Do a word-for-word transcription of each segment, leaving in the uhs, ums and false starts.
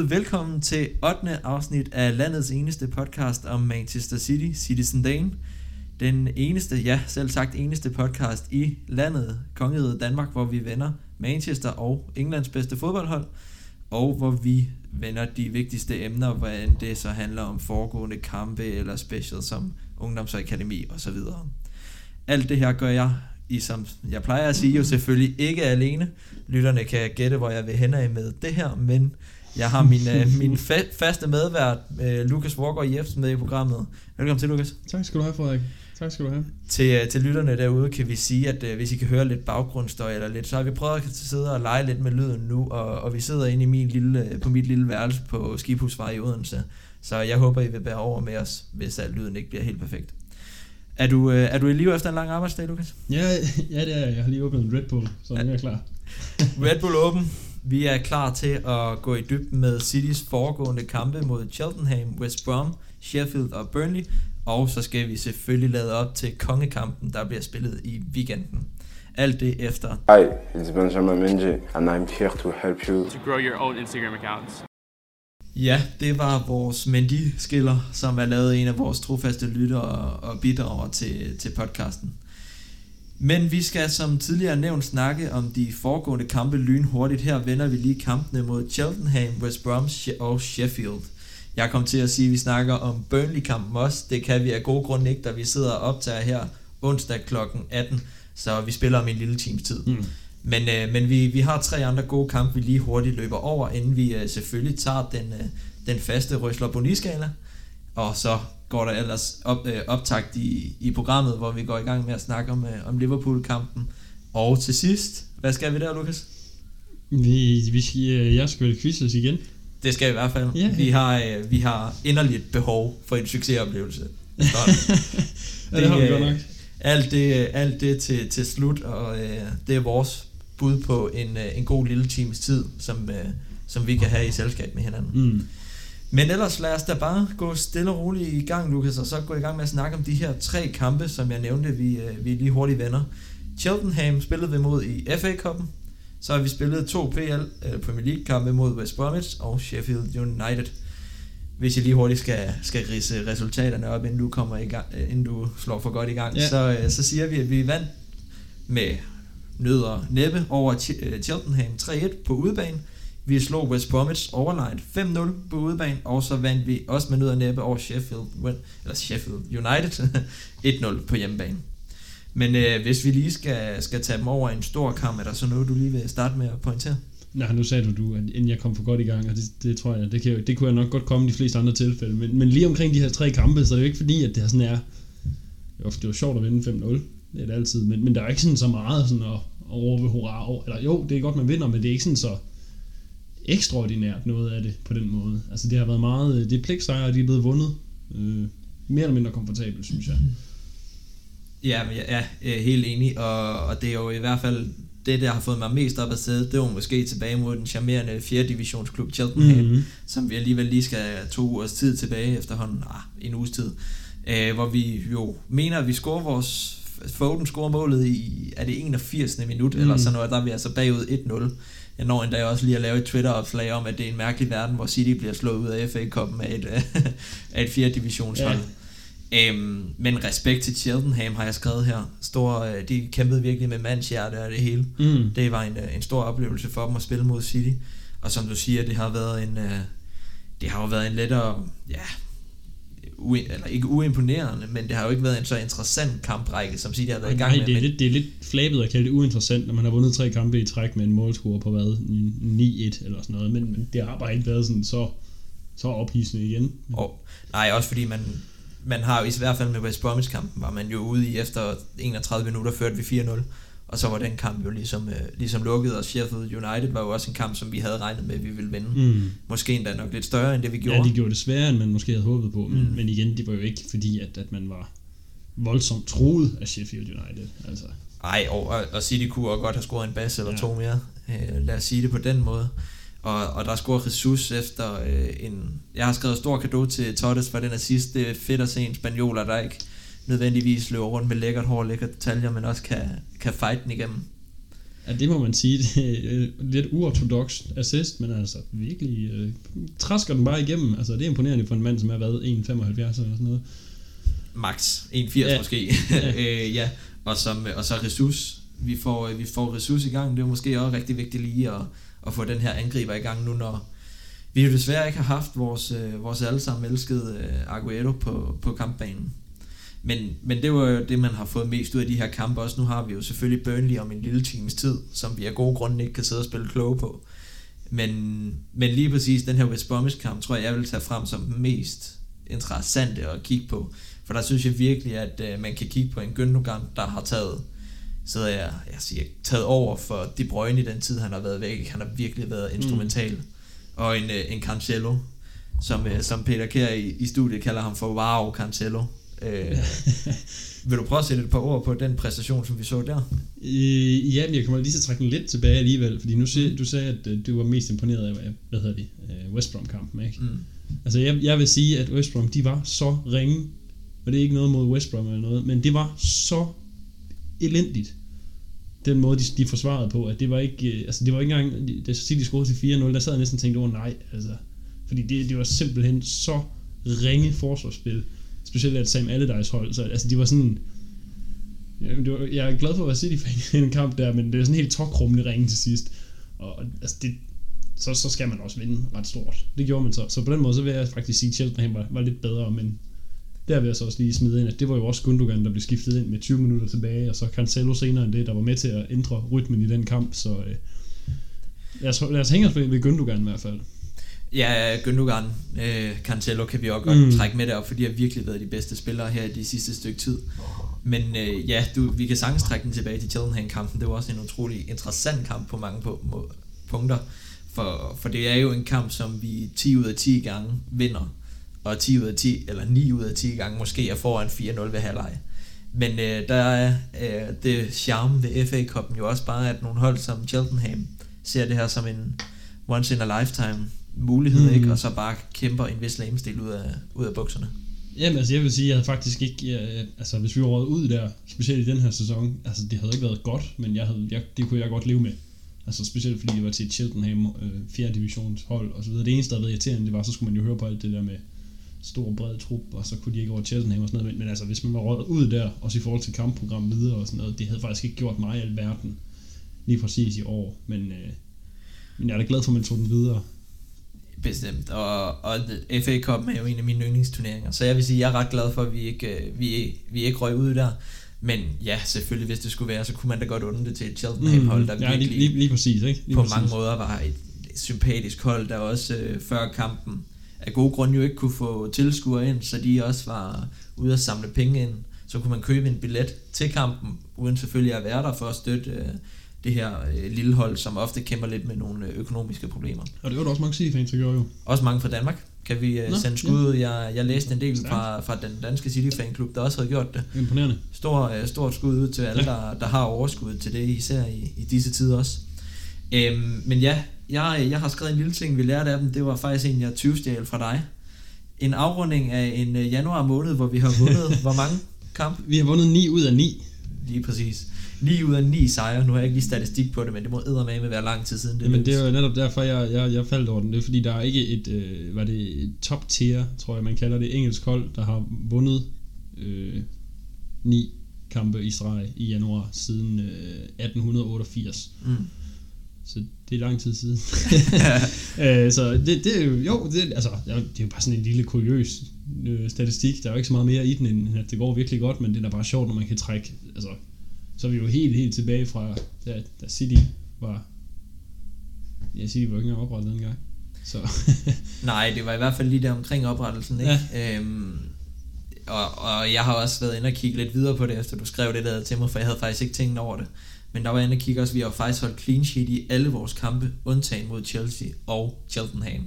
velkommen til ottende afsnit af landets eneste podcast om Manchester City, Citizen Dane. Den eneste, ja selv sagt eneste podcast i landet, kongeriget Danmark, hvor vi vender Manchester og Englands bedste fodboldhold, og hvor vi vender de vigtigste emner, hvordan det så handler om foregående kampe eller special som ungdomsakademi osv. Alt det her gør jeg, i som jeg plejer at sige, jo selvfølgelig ikke alene. Lytterne kan gætte, hvor jeg vil hen af med det her, men jeg har min, uh, min fa- faste medvært, uh, Lukas Vorgård Jebsen, med i programmet. Velkommen til, Lukas. Tak skal du have, Frederik. Tak skal du have. Til, uh, til lytterne derude kan vi sige, at uh, hvis I kan høre lidt baggrundsstøj eller lidt, så har vi prøvet at sidde og lege lidt med lyden nu, og, og vi sidder inde i min lille, på mit lille værelse på Skibhusvej i Odense. Så jeg håber, I vil bære over med os, hvis at lyden ikke bliver helt perfekt. Er du, uh, er du i live efter en lang arbejdsdag, Lukas? Ja, ja, det er jeg. Jeg har lige åbnet en Red Bull, så nu er jeg klar. Red Bull åben. Vi er klar til at gå i dybden med Citys foregående kampe mod Cheltenham, West Brom, Sheffield og Burnley. Og så skal vi selvfølgelig lade op til kongekampen, der bliver spillet i weekenden. Alt det efter. Hi, it's Benjamin Mendy, and I'm here to help you to grow your own Instagram accounts. Ja, det var vores Mendy-skiller, som er lavet en af vores trofaste lyttere og bidrager til, til podcasten. Men vi skal som tidligere nævnt snakke om de foregående kampe lynhurtigt. Her vender vi lige kampene mod Cheltenham, West Brom og Sheffield. Jeg kom til at sige, at vi snakker om Burnley-kampen også. Det kan vi af gode grunde ikke, da vi sidder og optager her onsdag klokken atten. Så vi spiller om en lille times tid. Mm. Men, øh, men vi, vi har tre andre gode kampe, vi lige hurtigt løber over, inden vi øh, selvfølgelig tager den, øh, den faste Røsler Boni-skala. Og så går der ellers op, øh, optakt i, i programmet, hvor vi går i gang med at snakke om, øh, om Liverpool-kampen. Og til sidst, hvad skal vi der, Lukas? Vi, vi skal, jeg skal vel quizzes igen. Det skal vi i hvert fald. Yeah. Vi har, øh, vi har inderligt behov for en succesoplevelse. Ja, det har vi godt nok. Alt det, alt det til, til slut, og øh, det er vores bud på en, øh, en god lille times tid, som, øh, som vi kan have i selskab med hinanden. Mm. Men ellers lad os da bare gå stille og roligt i gang, Lukas, og så gå i gang med at snakke om de her tre kampe, som jeg nævnte, vi, øh, vi lige hurtigt vender. Cheltenham spillede vi mod i F A-cupen, så har vi spillet to P L, øh, Premier League-kampe mod West Bromwich og Sheffield United. Hvis jeg lige hurtigt skal, skal ridse resultaterne op, inden du kommer i gang, inden du slår for godt i gang, yeah. så, så siger vi, at vi vandt med nød og næppe over Cheltenham tre et på udebane. Vi slog West Bromwich overlegnet fem nul på udebane, og så vandt vi også med nød og næppe over Sheffield, eller Sheffield United et nul på hjemmebane. Men øh, hvis vi lige skal, skal tage dem over en stor kamp, er der så noget, du lige vil starte med at pointere? Nej, nu sagde du, du inden jeg kom for godt i gang, og det, det tror jeg, det, kan, det kunne jeg nok godt komme i de fleste andre tilfælde, men, men lige omkring de her tre kampe, så er det jo ikke fordi, at det er sådan er, jo, det var sjovt at vinde fem nul, det er det altid, men, men der er ikke sådan så meget sådan at, at råbe hurra over, eller jo, det er godt, man vinder, men det er ikke sådan så ekstraordinært noget af det på den måde. Altså det har været meget, det er pligtsejre, de er blevet vundet, øh, mere eller mindre komfortabelt, synes jeg. Ja, men jeg er helt enig, og, og det er jo i hvert fald det, der har fået mig mest op at sidde, det var måske tilbage mod den charmerende fjerde divisionsklub Cheltenham, mm-hmm. som vi alligevel lige skal to ugers tid tilbage efterhånden, ah, en uges tid, øh, hvor vi jo mener, at vi scorer vores, Foden scorer målet i, er det enogfirsindstyvende minut, mm. eller sådan noget, der er vi altså bagud et nul. Jeg når endda også lige at lave et Twitter-opslag om, at det er en mærkelig verden, hvor City bliver slået ud af F A-cupen af et, af et fjerde divisionshold. Ja. Øhm, men respekt til Cheltenham har jeg skrevet her. Stor, de kæmpede virkelig med mandshjerte og det hele. Mm. Det var en, en stor oplevelse for dem at spille mod City. Og som du siger, det har været en, det har jo været en lettere, ja, u, eller ikke uimponerende, men det har jo ikke været en så interessant kamprække, som City har været i gang nej, med. Det er, lidt, det er lidt flabet at kalde det uinteressant, når man har vundet tre kampe i træk med en målscore på hvad, ni et eller sådan noget. Men, men det har bare ikke været sådan så, så ophidsende igen. Og, nej, også fordi man Man har jo i hvert fald med West Bromwich-kampen, var man jo ude i efter enogtredive minutter, førte vi fire nul, og så var den kamp jo ligesom, øh, ligesom lukket, og Sheffield United var jo også en kamp, som vi havde regnet med, at vi ville vinde. Mm. Måske endda nok lidt større, end det vi gjorde. Ja, de gjorde det sværere, end man måske havde håbet på, men, mm. men igen, det var jo ikke fordi, at, at man var voldsomt truet af Sheffield United. Altså. Ej, og, og City kunne også godt have scoret en bas eller ja. to mere. Øh, lad os sige det på den måde. Og, og der scorer Jesus efter øh, en... Jeg har skrevet stor cadeau til Torres for den assist. Det er fedt at se en spanioler, der ikke nødvendigvis løber rundt med lækkert hår og lækkert detaljer, men også kan, kan fight den igennem. Ja, det må man sige. Det er lidt uortodox assist, men altså virkelig øh, træsker den bare igennem. Altså det er imponerende for en mand, som har været en komma femoghalvfjerds eller sådan noget. Max en komma firs ja. måske. Ja. øh, ja. Og, som, og så Jesus. Vi får, vi får Jesus i gang. Det er måske også rigtig vigtigt lige at, at få den her angriber i gang nu, når vi jo desværre ikke har haft vores, vores allesammen elskede Aguero på, på kampbanen. Men, men det var jo det, man har fået mest ud af de her kampe også. Nu har vi jo selvfølgelig Burnley om en lille times tid, som vi af gode grunde ikke kan sidde og spille kloge på. Men, men lige præcis den her West Bromwich kamp, tror jeg, jeg vil tage frem som den mest interessante at kigge på. For der synes jeg virkelig, at uh, man kan kigge på en Gündogan, der har taget, så jeg, jeg siger, taget over for De Bruyne i den tid, han har været væk. Han har virkelig været instrumental. Mm. Og en, uh, en Cancelo, som, uh, som Peter Kjær i, i studiet kalder ham for wow Cancelo. Øh, vil du prøve at sætte et par ord på den præstation, som vi så der? Øh, ja, men jeg kommer lige til at trække den lidt tilbage alligevel, fordi nu se, du sagde, at du var mest imponeret af, hvad hedder det, West Brom-kampen, ikke? Mm. Altså, jeg, jeg vil sige, at West Brom, de var så ringe, og det er ikke noget mod West Brom eller noget, men det var så elendigt, den måde, de, de forsvarede på, at det var ikke, altså det var ikke engang, da City scorede til fire nul, der sad jeg næsten og tænkte, åh nej, altså, fordi det, det var simpelthen så ringe forsvarsspil. Specielt at Sam Allardyce hold, så altså de var sådan, ja, det var, jeg er glad for at være City-fan i en kamp der, men det er sådan helt tokrummende ringe til sidst, og altså det, så, så skal man også vinde ret stort, det gjorde man så, så på den måde så vil jeg faktisk sige, at Cheltenham var, var lidt bedre, men der vil jeg så også lige smide ind, at det var jo også Gündogan, der blev skiftet ind med tyve minutter tilbage, og så Cancelo senere end det, der var med til at ændre rytmen i den kamp, så øh, lad, os, lad os hænge os ved Gündogan i hvert fald. Ja, Gündogan, øh, Cancelo kan vi også godt mm. trække med derop, for de har virkelig været de bedste spillere her i de sidste stykke tid. Men øh, ja, du, vi kan sagtens trække den tilbage til Cheltenham-kampen. Det var også en utrolig interessant kamp på mange på, på, punkter, for, for det er jo en kamp, som vi ti ud af ti gange vinder, og ti ud af ti, eller ni ud af ti gange måske er foran fire nul ved halvleg. Men øh, der er øh, det charme ved F A-cupen jo også bare, at nogle hold som Cheltenham ser det her som en once in a lifetime mulighed, mm. ikke? Og så bare kæmper en vis lamestil ud af, ud af bukserne. Jamen altså jeg vil sige, jeg havde faktisk ikke, jeg, altså hvis vi var røget ud der, specielt i den her sæson, altså det havde ikke været godt, men jeg havde, jeg, det kunne jeg godt leve med. Altså specielt fordi det var til et Cheltenham øh, fjerde divisions hold og så videre. Det eneste der var irriterende, det var, så skulle man jo høre på alt det der med stor bred trup, og så kunne de ikke over Cheltenham og sådan noget, men, men altså hvis man var røget ud der, også i forhold til kampprogram videre og sådan noget, det havde faktisk ikke gjort mig i alverden lige præcis i år, men, øh, men jeg er da glad for, at man tog den videre. Bestemt, og, og F A Cup er jo en af mine yndlingsturneringer, så jeg vil sige, at jeg er ret glad for, at vi ikke, vi, vi ikke røg ud der, men ja, selvfølgelig, hvis det skulle være, så kunne man da godt undre det til et Cheltenham-hold, der mm, ja, virkelig lige, lige, lige præcis, ikke? Lige på præcis. mange måder var et, et sympatisk hold, der også øh, før kampen af gode grunde jo ikke kunne få tilskuere ind, så de også var ude at samle penge ind, så kunne man købe en billet til kampen, uden selvfølgelig at være der for at støtte øh, det her øh, lille hold, som ofte kæmper lidt med nogle økonomiske problemer. Og det var der også mange City-fans, der gjorde jo. Også mange fra Danmark. Kan vi øh, Nå, sende skud ud? Ja. Jeg, jeg læste en del fra, fra den danske City-fanklub, der også havde gjort det. Imponerende. Stor, øh, stort skud ud til alle, ja. der, der har overskud til det, især i, i disse tider også. Øhm, men ja, jeg, jeg har skrevet en lille ting, vi lærte af dem. Det var faktisk en, jeg tyvstjal fra dig. En afrunding af en øh, januar måned, hvor vi har vundet hvor mange kampe? Vi har vundet ni ud af ni. Lige præcis. ni ud af ni sejre. Nu har jeg ikke lige statistik på det, men det må eddermame være lang tid siden. Det, Jamen, det er jo netop derfor, jeg, jeg, jeg faldt over den. Det er fordi, der er ikke et, øh, var det et top tier, tror jeg, man kalder det, engelsk hold, der har vundet øh, ni kampe i streg i januar siden øh, atten otteogfirs. Mm. Så det er lang tid siden. øh, så det, det er jo, jo det, altså, det er jo bare sådan en lille kuriøs øh, statistik. Der er jo ikke så meget mere i den, end at det går virkelig godt, men det er da bare sjovt, når man kan trække, altså, så er vi jo helt, helt tilbage fra, da, da City var, ja, City var jo ikke engang oprettet dengang. Så. Nej, det var i hvert fald lige der omkring oprettelsen, ikke? Ja. Øhm, og, og jeg har også været inde og kigge lidt videre på det, efter du skrev det der til mig, for jeg havde faktisk ikke tænkt over det. Men der var inde og kigge også, vi har faktisk holdt clean sheet i alle vores kampe, undtagen mod Chelsea og Cheltenham.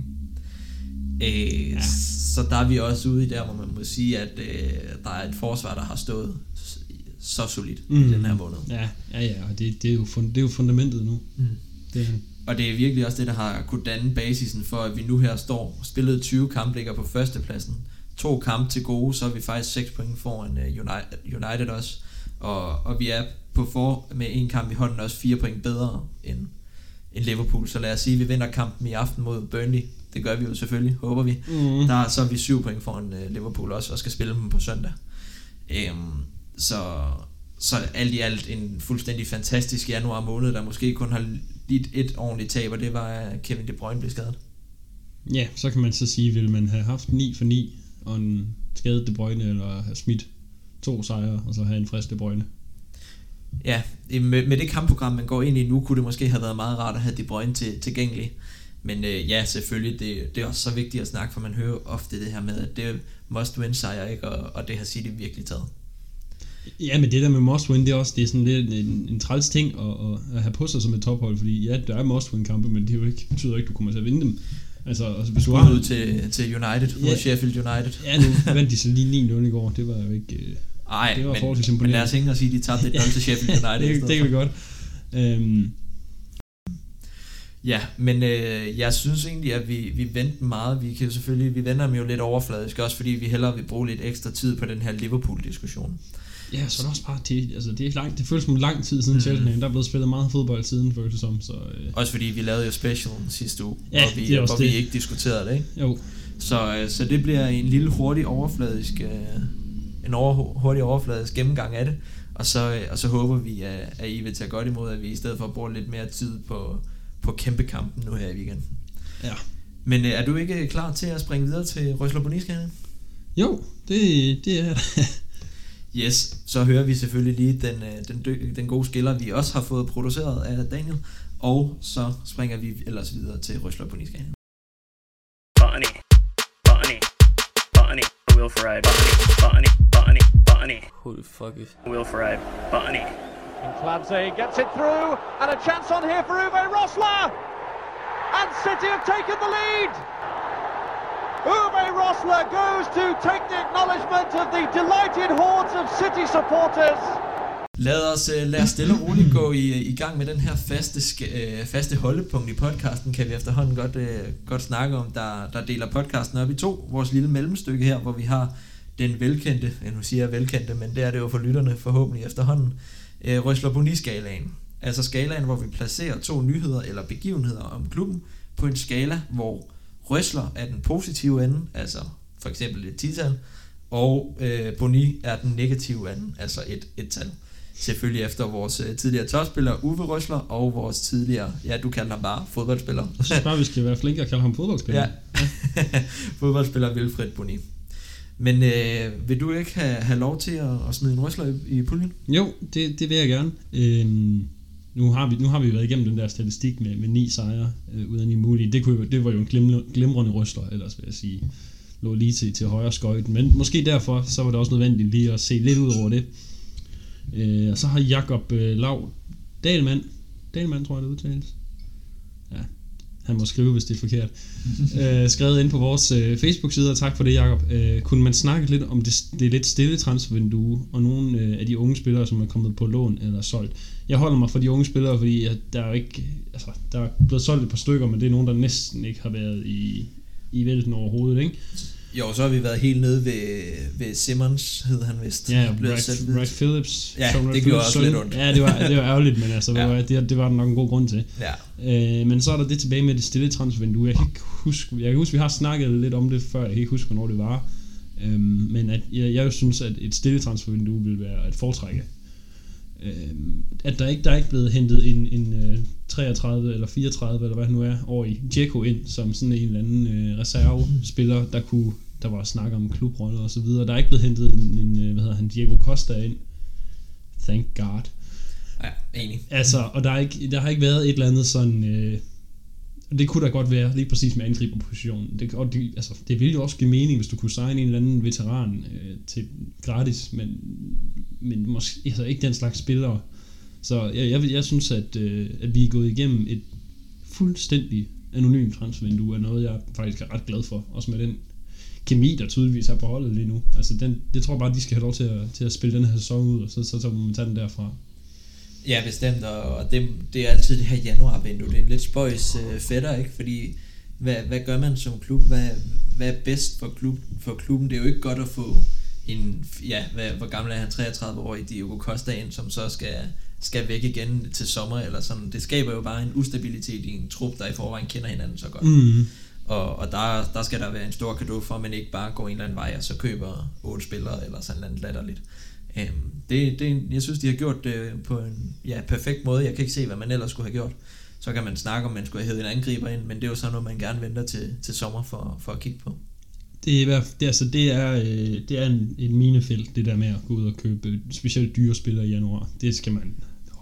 Øh, ja. Så der er vi også ude i der, hvor man må sige, at øh, der er et forsvar, der har stået så solidt mm. i den her måned. Ja, ja, ja, og det, det, er jo fund, det er jo fundamentet nu. Mm. Det. Og det er virkelig også det, der har kunnet danne basisen for, at vi nu her står og spillet tyve kampe, ligger på førstepladsen. To kampe til gode, så er vi faktisk seks point foran United, United også. Og, og vi er på for med en kamp i hånden også fire point bedre end, end Liverpool. Så lad os sige, at vi vinder kampen i aften mod Burnley. Det gør vi jo selvfølgelig, håber vi. Mm. Der, så er vi syv point foran uh, Liverpool også, og skal spille dem på søndag. Um, så, så alt i alt en fuldstændig fantastisk januar måned, der måske kun har lidt et ordentligt tab, og det var, at Kevin De Bruyne blev skadet. Ja, så kan man så sige, vil man have haft ni for ni, og en skadet De Bruyne, eller have smidt to sejre, og så have en frisk De Bruyne. Ja, med, med det kampprogram, man går ind i nu, kunne det måske have været meget rart at have De Bruyne til, tilgængelig. Men øh, ja, selvfølgelig, det, det er også så vigtigt at snakke, for man hører ofte det her med, at det er must win sejr, ikke? Og, og det har City virkelig taget. Ja, men det der med must win, det er også det er sådan lidt en, en træls ting at, at have på sig som et tophold, fordi ja, der er must win kampe, men det jo ikke, betyder ikke, at du kommer til at vinde dem. Altså, altså hvis du har ud til, til United, mod ja, Sheffield United. Ja, nu vandt de så lige ni nul i går, det var jo ikke... Øh, Ej, det var men, men lad os hænge og sige, at de tabte et nul til Sheffield United. det, det kan vi godt. Um, Ja, men øh, jeg synes egentlig, at vi, vi venter meget. Vi kan jo selvfølgelig, vi vender dem jo lidt overfladisk, også fordi vi hellere vil bruge lidt ekstra tid på den her Liverpool-diskussion. Ja, så er det også bare, det, altså det er langt, det føles som lang tid siden mm. Cheltenham. Der er blevet spillet meget fodbold siden, føles det som. Så, øh. Også fordi vi lavede jo special sidste uge, ja, hvor, vi, hvor vi ikke diskuterede det, ikke? Jo. Så, øh, så det bliver en lille hurtig overfladisk, øh, en over, hurtig overfladisk gennemgang af det. Og så, øh, og så håber vi, at, at I vil tage godt imod, at vi i stedet for bruger lidt mere tid på på kæmpekampen nu her i weekenden. Ja. Men øh, er du ikke klar til at springe videre til Rösler Boniskanen? Jo, det, det er Yes, så hører vi selvfølgelig lige den, den, den, den gode skiller, vi også har fået produceret af Daniel, og så springer vi ellers videre til Rösler Boniskanen. Botany, Botany, Botany, Will Ferrari, Botany, Botany, Botany, who the fuck is Will Ferrari, Botany. And Clancy gets it through, and a chance on here for Uwe Rosler! And City have taken the lead! Uwe Rosler goes to take the acknowledgement of the delighted hordes of City supporters. Lad os, lad os stille og roligt gå i, i gang med den her faste, faste holdepunkt i podcasten, kan vi efterhånden godt, godt snakke om, der, der deler podcasten op i to. Vores lille mellemstykke her, hvor vi har den velkendte, nu siger jeg velkendte, men det er det jo for lytterne forhåbentlig efterhånden, Rösler Boni-skalaen. Altså skalaen, hvor vi placerer to nyheder eller begivenheder om klubben på en skala, hvor Rösler er den positive ende, altså for eksempel et ti-tal, og øh, Boni er den negative ende, altså et et-tal. Selvfølgelig efter vores øh, tidligere topspiller Uwe Rösler og vores tidligere, ja du kalder ham bare fodboldspiller. Jeg synes bare, vi skal være flinke og kalde ham fodboldspiller. Ja, fodboldspiller Wilfried Boni. Men øh, vil du ikke have, have lov til at, at smide en Rösler i, i puljen? Jo, det, det vil jeg gerne. Øhm, nu, har vi, nu har vi været igennem den der statistik med, med ni sejre øh, uden i mulige. Det, kunne, det var jo en glimrende, glimrende Rösler, ellers vil jeg sige. Lå lige til, til højre skøjten. Men måske derfor, så var det også nødvendigt lige at se lidt ud over det. Øh, og så har Jakob øh, Lav Dahlmann, Dahlmann tror jeg det udtales. Ja, han må skrive, hvis det er forkert. øh, skrevet ind på vores øh, Facebook-side, og tak for det, Jakob. Øh, kunne man snakke lidt om det, det lidt stille transfervindue, og nogle øh, af de unge spillere, som er kommet på lån eller solgt? Jeg holder mig for de unge spillere, fordi at der er ikke, altså, der er blevet solgt et par stykker, men det er nogen, der næsten ikke har været i, i vælten overhovedet, ikke? Jo, så har vi været helt nede ved, ved Simmons, hed han vist. Ja, Wright Phillips. Ja, det gjorde også lidt ondt. Ja, det var, det var ærgerligt, men altså, ja. det, det var der nok en god grund til. Ja. Øh, men så er der det tilbage med det stille transfervindue. Jeg kan ikke huske, jeg kan huske, vi har snakket lidt om det før, jeg kan ikke huske, hvornår det var. Øh, men at, jeg, jeg synes, at et stille transfervindue vil være et foretrække. Øh, at der ikke der er ikke blevet hentet en, en uh, treogtredive eller fireogtredive eller hvad det nu er år i Dzeko ind som sådan en eller anden uh, reservespiller, der kunne der var snak om klubroller og så videre. Der er ikke blevet hentet en, en hvad hedder han, Diego Costa ind. Thank God. Ja, enig. Altså, og der er ikke der har ikke været et eller andet sådan øh, det kunne da godt være lige præcis med angriberpositionen. Det og det, altså det ville jo også give mening, hvis du kunne signe en eller anden veteran øh, til gratis, men men måske altså ikke den slags spillere. Så jeg jeg, jeg synes at øh, at vi er gået igennem et fuldstændig anonymt transfervindue er noget jeg faktisk er ret glad for, også med den kemi, der tydeligvis er på holdet lige nu. Altså den, det tror jeg bare, de skal have lov til at, til at spille den her sæson ud, og så, så, så må man tage den derfra. Ja, bestemt, og det, det er altid det her januarvindue. Det er en lidt spøjs øh, fætter, ikke? Fordi, hvad, hvad gør man som klub? Hvad, hvad er bedst for, klub, for klubben? Det er jo ikke godt at få en ja, hvad, hvor gammel er han, treogtredive år i Diogo Costa, som så skal, skal væk igen til sommer, eller sådan. Det skaber jo bare en ustabilitet i en trup, der i forvejen kender hinanden så godt. Mm. Og, og der, der skal der være en stor cadeau for, at man ikke bare går en eller anden vej, og så køber otte spillere, eller sådan noget latterligt. Um, det, det, jeg synes, de har gjort det på en ja, perfekt måde. Jeg kan ikke se, hvad man ellers skulle have gjort. Så kan man snakke om, man skulle have hævet en angriber ind, men det er jo sådan noget, man gerne venter til, til sommer for, for at kigge på. Det er, det, altså, det er, det er en, en minefelt, det der med at gå ud og købe specielt dyre spillere i januar. Det skal man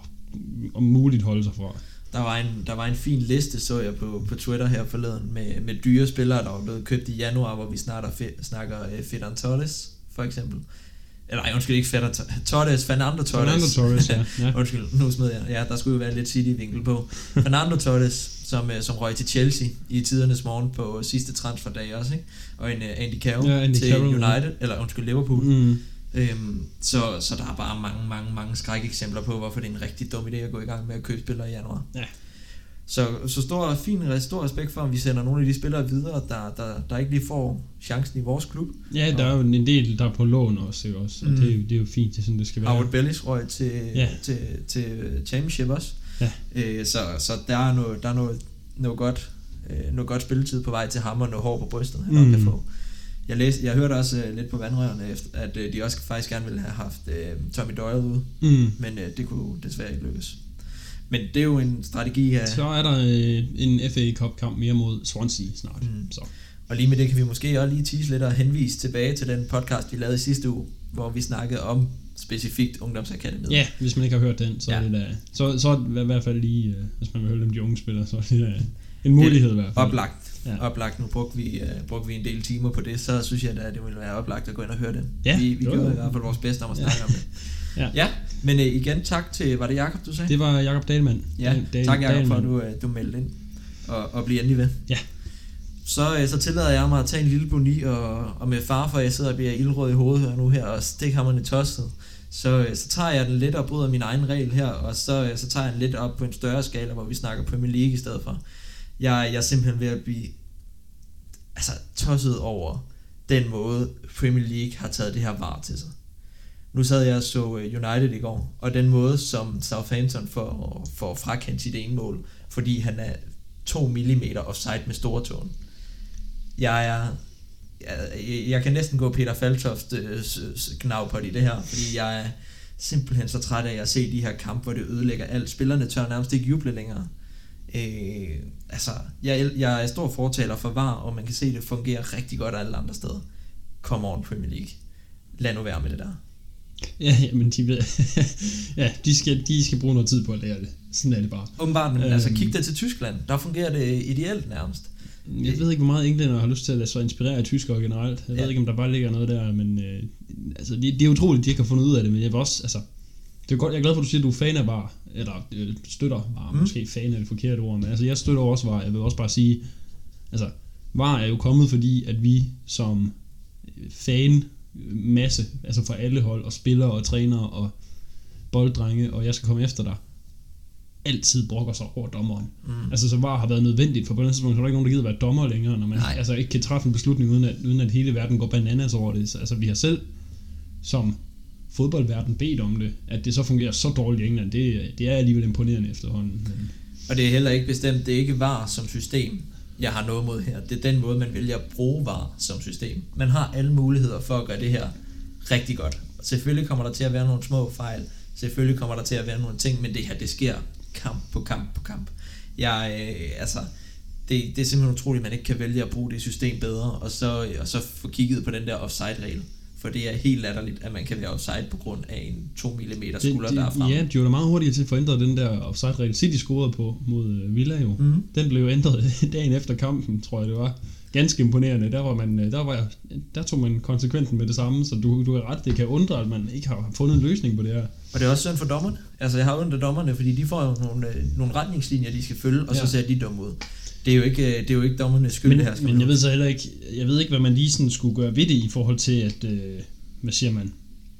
om muligt holde sig fra. Der var en, der var en fin liste, så jeg på, på Twitter her forleden, med, med dyre spillere, der var blevet købt i januar, hvor vi snart snakker uh, Ferran Torres, for eksempel. Eller ej, undskyld, ikke Ferran Torres, Fernando Torres. Fernando Torres, ja. ja. Undskyld, nu smed jeg. Ja, der skulle jo være lidt City-vinkel på. Fernando Torres, som, som røg til Chelsea i tidernes morgen på sidste transferdag også, ikke? Og en uh, Andy Carroll ja, Andy til Carroll, United, ja. eller undskyld, Liverpool. Mm. Øhm, så, så der er bare mange, mange, mange skrækeksempler på, hvorfor det er en rigtig dum idé at gå i gang med at købe spillere i januar. Ja. Så, så stor, fin, stor respekt for, at vi sender nogle af de spillere videre, der, der, der ikke lige får chancen i vores klub. Ja, der er jo en del, der er på lån også, ikke også? Mm. Det, er jo, det er jo fint, det er sådan, det skal være. Howard Bellis røg til, ja. til, til Championship også. Ja. Øh, så, så der er noget, der er noget, noget, godt, øh, noget godt spilletid på vej til ham, og noget hår på brystet, han mm. kan få. Jeg, læste, jeg hørte også uh, lidt på vandrørene, efter, at uh, de også faktisk gerne ville have haft uh, Tommy Doyle ude, mm. men uh, det kunne desværre ikke lykkes. Men det er jo en strategi af... Så er der uh, en F A Cup kamp mere mod Swansea snart. Mm. Så. Og lige med det kan vi måske også lige tease lidt og henvise tilbage til den podcast, vi lavede i sidste uge, hvor vi snakkede om specifikt Ungdomsakademiet. Ja, hvis man ikke har hørt den, så, ja. er, det da, så, så er det i hvert fald lige, uh, hvis man vil høre dem de unge spillere, så er det uh, en mulighed i hvert fald. Oplagt. Ja. Oplagt. Nu brugte vi, uh, brugte vi en del timer på det, så synes jeg da, at det ville være oplagt at gå ind og høre det. Ja, vi vi gjorde i hvert fald vores bedste om at snakke ja. om det. Ja. ja, men uh, igen tak til, var det Jakob du sagde? Det var Jakob Dahlmann. Ja, Dal, tak Jakob for at du, uh, du meldte ind og, og bliver endelig ved. Ja. Så, uh, så tillader jeg mig at tage en lille boni, og, og med far for, at jeg sidder og bliver ildrød i hovedet nu her, og stikhammerne tosset. Så, så tager jeg den lidt og bryder min egen regel her, og så, så tager jeg den lidt op på en større skala, hvor vi snakker Premier League i stedet for. Jeg, jeg er simpelthen ved at blive altså, tosset over den måde, Premier League har taget det her var til sig. Nu sad jeg og så United i går, og den måde, som Southampton får, får frakendt sit ene mål, fordi han er to millimeter offside med storetåen. Jeg er... Jeg, jeg kan næsten gå Peter Faltoft øh, knav på det, det her, fordi jeg er simpelthen så træt af at se de her kampe, hvor det ødelægger alt. Spillerne tør nærmest ikke juble længere. Øh, altså, jeg, jeg er stor fortaler for V A R, og man kan se, at det fungerer rigtig godt alle andre steder. Come on, Premier League. Lad nu være med det der. Ja, men de, ved, ja, de, skal, de skal bruge noget tid på at lære det. Sådan er det bare. Åbenbart, men øhm, altså kig der til Tyskland. Der fungerer det ideelt nærmest. Jeg ved ikke, hvor meget englænder har lyst til at lade sig inspirere af tyskere generelt. Jeg ja. ved ikke, om der bare ligger noget der, men øh, altså, det, det er utroligt, at de ikke har fundet ud af det, men jeg vil også, altså, det er godt, jeg er glad for, at du siger, at du er fan af V A R, eller øh, støtter V A R, mm. måske fan af det forkerte ord, men altså, jeg støtter også V A R. Jeg vil også bare sige, altså, V A R er jo kommet, fordi at vi som fan masse, altså for alle hold, og spillere og trænere og bolddrenge, og jeg skal komme efter dig, altid brokker sig over dommeren. Mm. Altså så V A R har været nødvendigt, for på den tidspunkt så er der ikke nogen, der gider være dommer længere, når man altså, ikke kan træffe en beslutning, uden at, uden at hele verden går bananas over det. Så, altså vi har selv som fodboldverden bedt om det, at det så fungerer så dårligt i England, det, det er alligevel imponerende efterhånden. Men... Og det er heller ikke bestemt, det er ikke V A R som system, jeg har noget mod her. Det er den måde, man vælger at bruge V A R som system. Man har alle muligheder for at gøre det her rigtig godt. Og selvfølgelig kommer der til at være nogle små fejl, selvfølgelig kommer der til at være nogle ting, men det her, det sker kamp på kamp på kamp. Jeg, øh, altså, det, det er simpelthen utroligt, at man ikke kan vælge at bruge det system bedre, og så, og så få kigget på den der offside-regel. For det er helt latterligt, at man kan være offside på grund af en to millimeter skulder det, det, derfra. Ja, de var da meget hurtigt til at få ændret den der offside-regel. City scorede på mod Villa jo. Mm. Den blev ændret dagen efter kampen, tror jeg det var. Ganske imponerende. Der var man, der var, der tog man konsekvensen med det samme, så du, du er ret. Det kan undre, at man ikke har fundet en løsning på det her. Og det er også synd for dommerne. Altså jeg har ondt af dommerne, fordi de får jo nogle, nogle retningslinjer, de skal følge, og ja. så ser de dumme ud. Det er jo ikke, det er jo ikke dommernes skyld, men, det her. Men jeg ved så heller ikke, jeg ved ikke, hvad man lige sådan skulle gøre ved det i forhold til, at, øh, hvad siger man?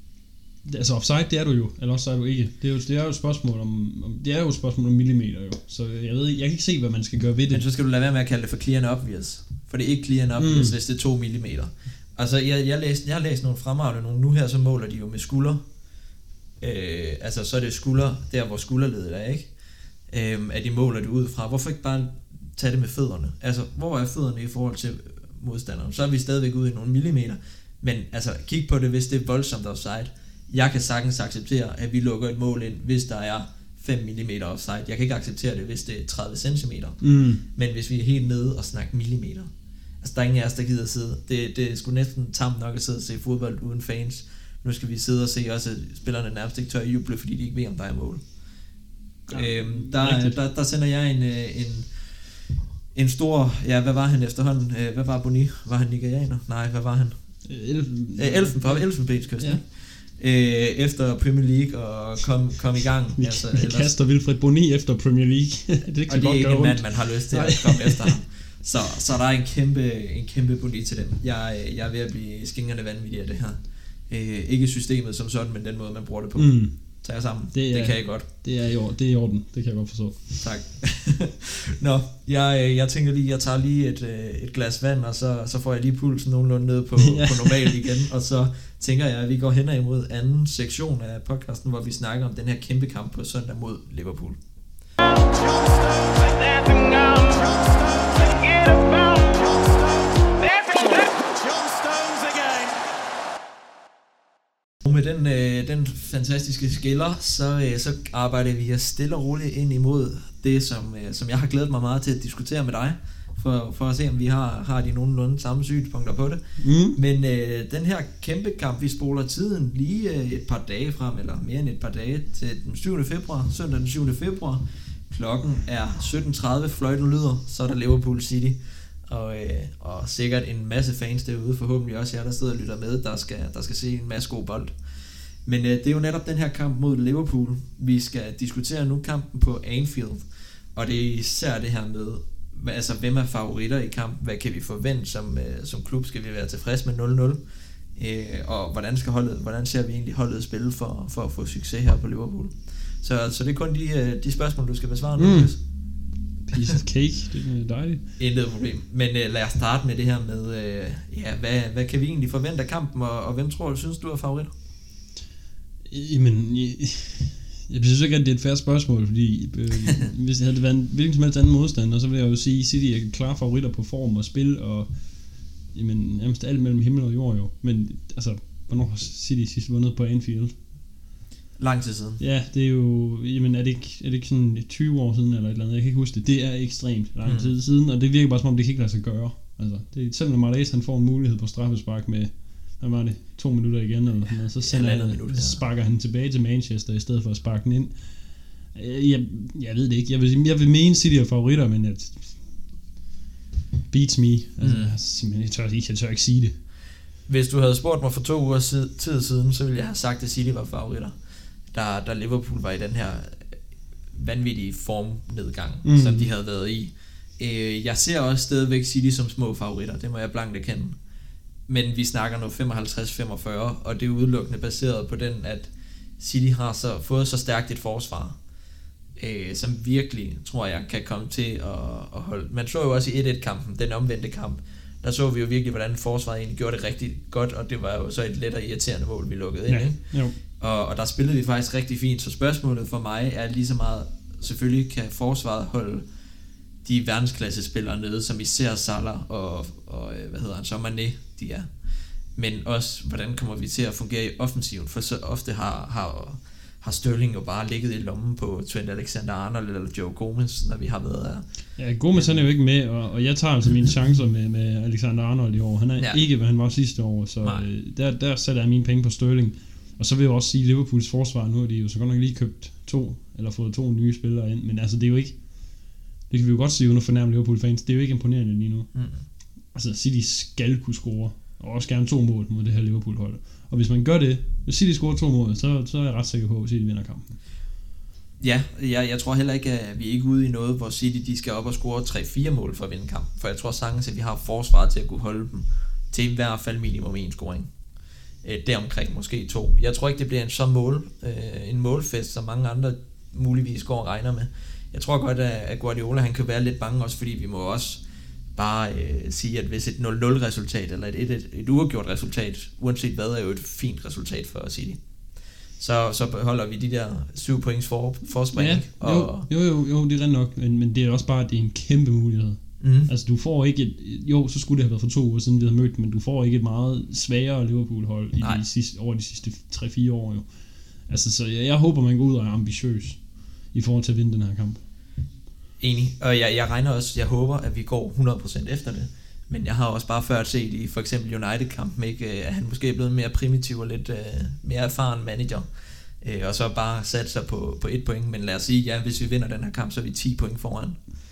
Altså offside, det er du jo, eller også er du ikke. Det er jo, det er jo et spørgsmål om, om, det er jo et spørgsmål om millimeter jo. Så jeg ved, jeg kan ikke se, hvad man skal gøre ved det. Men så skal du lade være med at kalde det for clear and obvious. For det er ikke clear and obvious, mm. hvis det er to millimeter. Altså, jeg, jeg, læste, jeg har læst nogle fremragende nogle. Nu her, så måler de jo med skulder. Øh, altså, så er det skulder, der hvor skulderledet er, ikke? Øh, at de måler det ud fra. Hvorfor ikke bare tage det med fødderne? Altså, hvor er fødderne i forhold til modstanderen? Så er vi stadigvæk ude i nogle millimeter. Men altså, kig på det, hvis det er voldsomt offside. Jeg kan sagtens acceptere, at vi lukker et mål ind, hvis der er fem millimeter offside. Jeg kan ikke acceptere det, hvis det er tredive centimeter. Mm. Men hvis vi er helt nede og snakker millimeter. Altså, der er ingen af os, der gider at sidde. Det, det er sgu næsten tamt nok at sidde og se fodbold uden fans. Nu skal vi sidde og se også, at spillerne nærmest ikke tør juble, fordi de ikke ved, om der er mål. Ja, øhm, der, der, der sender jeg en, en, en stor... Ja, hvad var han efterhånden? Hvad var Boni? Var han nigerianer? Nej, hvad var han? Elfen. Elfen fra Elfenbenskysten. Ja. Øh, efter Premier League og kom, kom i gang. Vi, altså, vi ellers, kaster Wilfred Boni efter Premier League. det er ikke, og det er ikke en mand, man har lyst til at komme efter ham. Så, så der er en kæmpe, en kæmpe Boni til dem. Jeg, jeg er ved at blive skingerne vanvittig af det her. Øh, ikke systemet som sådan, men den måde, man bruger det på. Mm. Tag jer sammen. Det, er, det kan jeg godt. Det er, i orden. det er i orden. Det kan jeg godt forstå. Tak. Nå, jeg, jeg tænker lige, jeg tager lige et, et glas vand, og så, så får jeg lige pulsen nogenlunde ned på, ja. på normal igen. Og så tænker jeg, at vi går hen imod anden sektion af podcasten, hvor vi snakker om den her kæmpe kamp på søndag mod Liverpool. Med den, øh, den fantastiske skiller, så, øh, så arbejder vi stille og roligt ind imod det, som, øh, som jeg har glædet mig meget til at diskutere med dig, for, for at se, om vi har, har de nogenlunde samme synspunkter på det. Mm. Men øh, den her kæmpe kamp, vi spoler tiden lige øh, et par dage frem, eller mere end et par dage, til den syvende februar, søndag den syvende februar. Klokken er sytten tredive, fløjten lyder, så er der Liverpool City. Og, øh, og sikkert en masse fans derude, forhåbentlig også jer, der sidder og lytter med, der skal, der skal se en masse god bold. Men øh, det er jo netop den her kamp mod Liverpool, vi skal diskutere nu, kampen på Anfield. Og det er især det her med, hvad, altså hvem er favoritter i kampen, hvad kan vi forvente som, øh, som klub, skal vi være tilfreds med nul nul, øh, og hvordan, skal holdet, hvordan ser vi egentlig holdet spille for, for at få succes her på Liverpool. Så, så det er kun de, de spørgsmål, du skal besvare nu. Mm. Piece of cake, det er dejligt. Intet problem. Men uh, lad os starte med det her med, uh, ja, hvad, hvad kan vi egentlig forvente af kampen, og, og hvem tror du, synes du er favorit? Jamen, jeg, jeg synes ikke, at det er et fair spørgsmål, fordi øh, hvis det havde været en hvilken som helst anden modstander, så vil jeg jo sige, at City er klare favoritter på form og spil, og jamen, nærmest alt mellem himmel og jord jo. Men altså, hvornår har City sidst vundet på Anfield? Lang tid siden. Ja, det er jo, jamen er det ikke, er det ikke sådan tyve år siden eller et eller andet, jeg kan ikke huske det. Det er ekstremt lang tid mm. siden, og det virker bare som om, det kan ikke lade sig gøre. Altså, det, selv når Mahrez han får en mulighed på straffespark med, hvad var det, to minutter igen eller sådan noget, så sender han, minut, ja. sparker han tilbage til Manchester i stedet for at sparke den ind. Jeg, jeg ved det ikke. Jeg vil, jeg vil mene City er favoritter, men jeg, beats me. Altså, mm. jeg, simpelthen, jeg, tør ikke, jeg tør ikke sige det. Hvis du havde spurgt mig for to uger tid siden, så ville jeg have sagt, at City var favoritter. Der, der Liverpool var i den her vanvittige formnedgang, mm. som de havde været i. Jeg ser også stadigvæk City som små favoritter, det må jeg blankt erkende. Men vi snakker nu femoghalvtreds femogfyrre, og det er udelukkende baseret på den, at City har så, fået så stærkt et forsvar, øh, som virkelig, tror jeg, kan komme til at, at holde. Man så jo også i et et-kampen, den omvendte kamp, der så vi jo virkelig, hvordan forsvaret egentlig gjorde det rigtig godt, og det var jo så et lettere irriterende mål, vi lukkede ind, ja, ikke? Jo. Og, og der spillede vi faktisk rigtig fint, så spørgsmålet for mig er lige så meget, selvfølgelig kan forsvaret holde de verdensklassespillere nede, som især Salah og, og hvad hedder han, så Mané, de er. Men også, hvordan kommer vi til at fungere i offensiven, for så ofte har, har, har Sterling jo bare ligget i lommen på Trent Alexander-Arnold eller Joe Gomez, når vi har været der. Ja, Gomez han er jo ikke med, og, og jeg tager altså mine chancer med, med Alexander-Arnold i år. Han er ja. ikke, hvad han var sidste år, så øh, der, der sætter jeg mine penge på Sterling. Og så vil jeg også sige, Liverpools forsvar, nu har de jo så godt nok lige købt to, eller fået to nye spillere ind, men altså det er jo ikke, det kan vi jo godt sige uden at fornærme Liverpool-fans, det er jo ikke imponerende lige nu. Mm. Altså City skal kunne score, og også gerne to mål mod det her Liverpool-hold. Og hvis man gør det, hvis City scorer to mål, så, så er jeg ret sikker på, at City vinder kampen. Ja, jeg, jeg tror heller ikke, at vi er ikke ude i noget, hvor City de skal op og score tre fire mål for at vinde kampen. For jeg tror sagtens, at vi har forsvaret til at kunne holde dem til i hvert fald minimum en scoring. Deromkring måske to. Jeg tror ikke, det bliver en så mål, øh, en målfest, som mange andre muligvis går og regner med. Jeg tror godt, at Guardiola han kan være lidt bange også, fordi vi må også bare øh, sige, at hvis et nul nul resultat, eller et, et, et, et uafgjort resultat, uanset hvad, er jo et fint resultat for City. Så, så holder vi de der syv points for, forspring. Ja, og jo, jo, jo, jo, det er rent nok, men, men det er også bare, det er en kæmpe mulighed. Mm. Altså du får ikke et, jo, så skulle det have været for to uger siden vi havde mødt, men du får ikke et meget svagere Liverpool-hold i de sidste, over de sidste tre fire år jo. Altså så jeg, jeg håber man går ud og er ambitiøs i forhold til at vinde den her kamp. Enig, og jeg, jeg regner også, jeg håber at vi går hundrede procent efter det. Men jeg har også bare før set i for eksempel United-kampen, ikke, at han måske er blevet mere primitiv og lidt uh, mere erfaren manager. Uh, og så bare sat sig på, på et point. Men lad os sige, ja, hvis vi vinder den her kamp, så er vi ti point foran.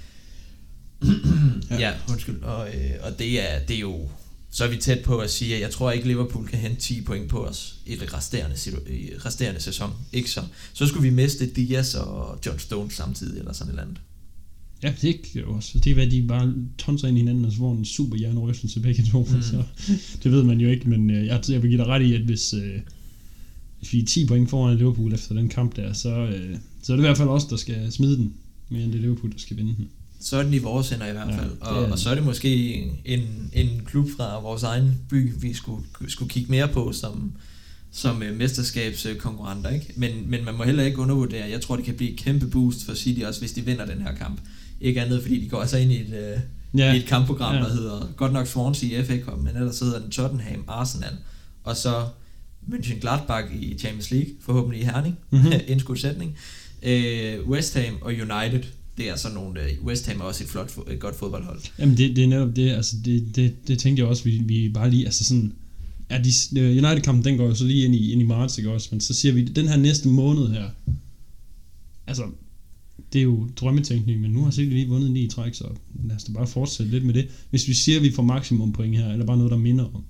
ja. ja, undskyld. Og, øh, og det, er, det er jo... Så er vi tæt på at sige, at jeg tror ikke, Liverpool kan hente ti point på os i det resterende, i resterende sæson. Ikke så. Så skulle vi miste Diaz og John Stones samtidig, eller sådan et eller andet. Ja, det er jo også. Det er, hvad de bare tonser ind i hinanden, og så får en super hjernerystelse begge to. Mm. Så det ved man jo ikke, men jeg, jeg vil give dig ret i, at hvis, øh, hvis vi er ti point foran Liverpool efter den kamp der, så, øh, så er det i hvert fald os, der skal smide den, mere end det Liverpool, der skal vinde den. Så er den i vores hænder i hvert fald, ja, og, og så er det måske en, en klub fra vores egen by, vi skulle, skulle kigge mere på som, som mesterskabskonkurrenter, ikke? Men, men man må heller ikke undervurdere. Jeg tror, det kan blive et kæmpe boost for City også, hvis de vinder den her kamp. Ikke andet, fordi de går altså ind i et, ja. i et kampprogram, ja. der hedder godt nok Swansea i F A Cup, men ellers hedder den Tottenham, Arsenal, og så Mönchengladbach i Champions League, forhåbentlig i Herning, mm-hmm. indskudsætning, øh, West Ham og United. Det er sådan nogle, West Ham er også et flot, et godt fodboldhold. Jamen det, det er netop det, altså det, det, det tænkte jeg også, vi, vi bare lige, altså sådan, ja, de, United-kampen, den går jo så lige ind i, ind i marts, ikke også, men så siger vi, den her næste måned her, altså, det er jo drømmetænkning, men nu har City lige vundet ni i træk, så lad os da bare fortsætte lidt med det. Hvis vi siger, at vi får maksimum point her, eller bare noget, der minder om,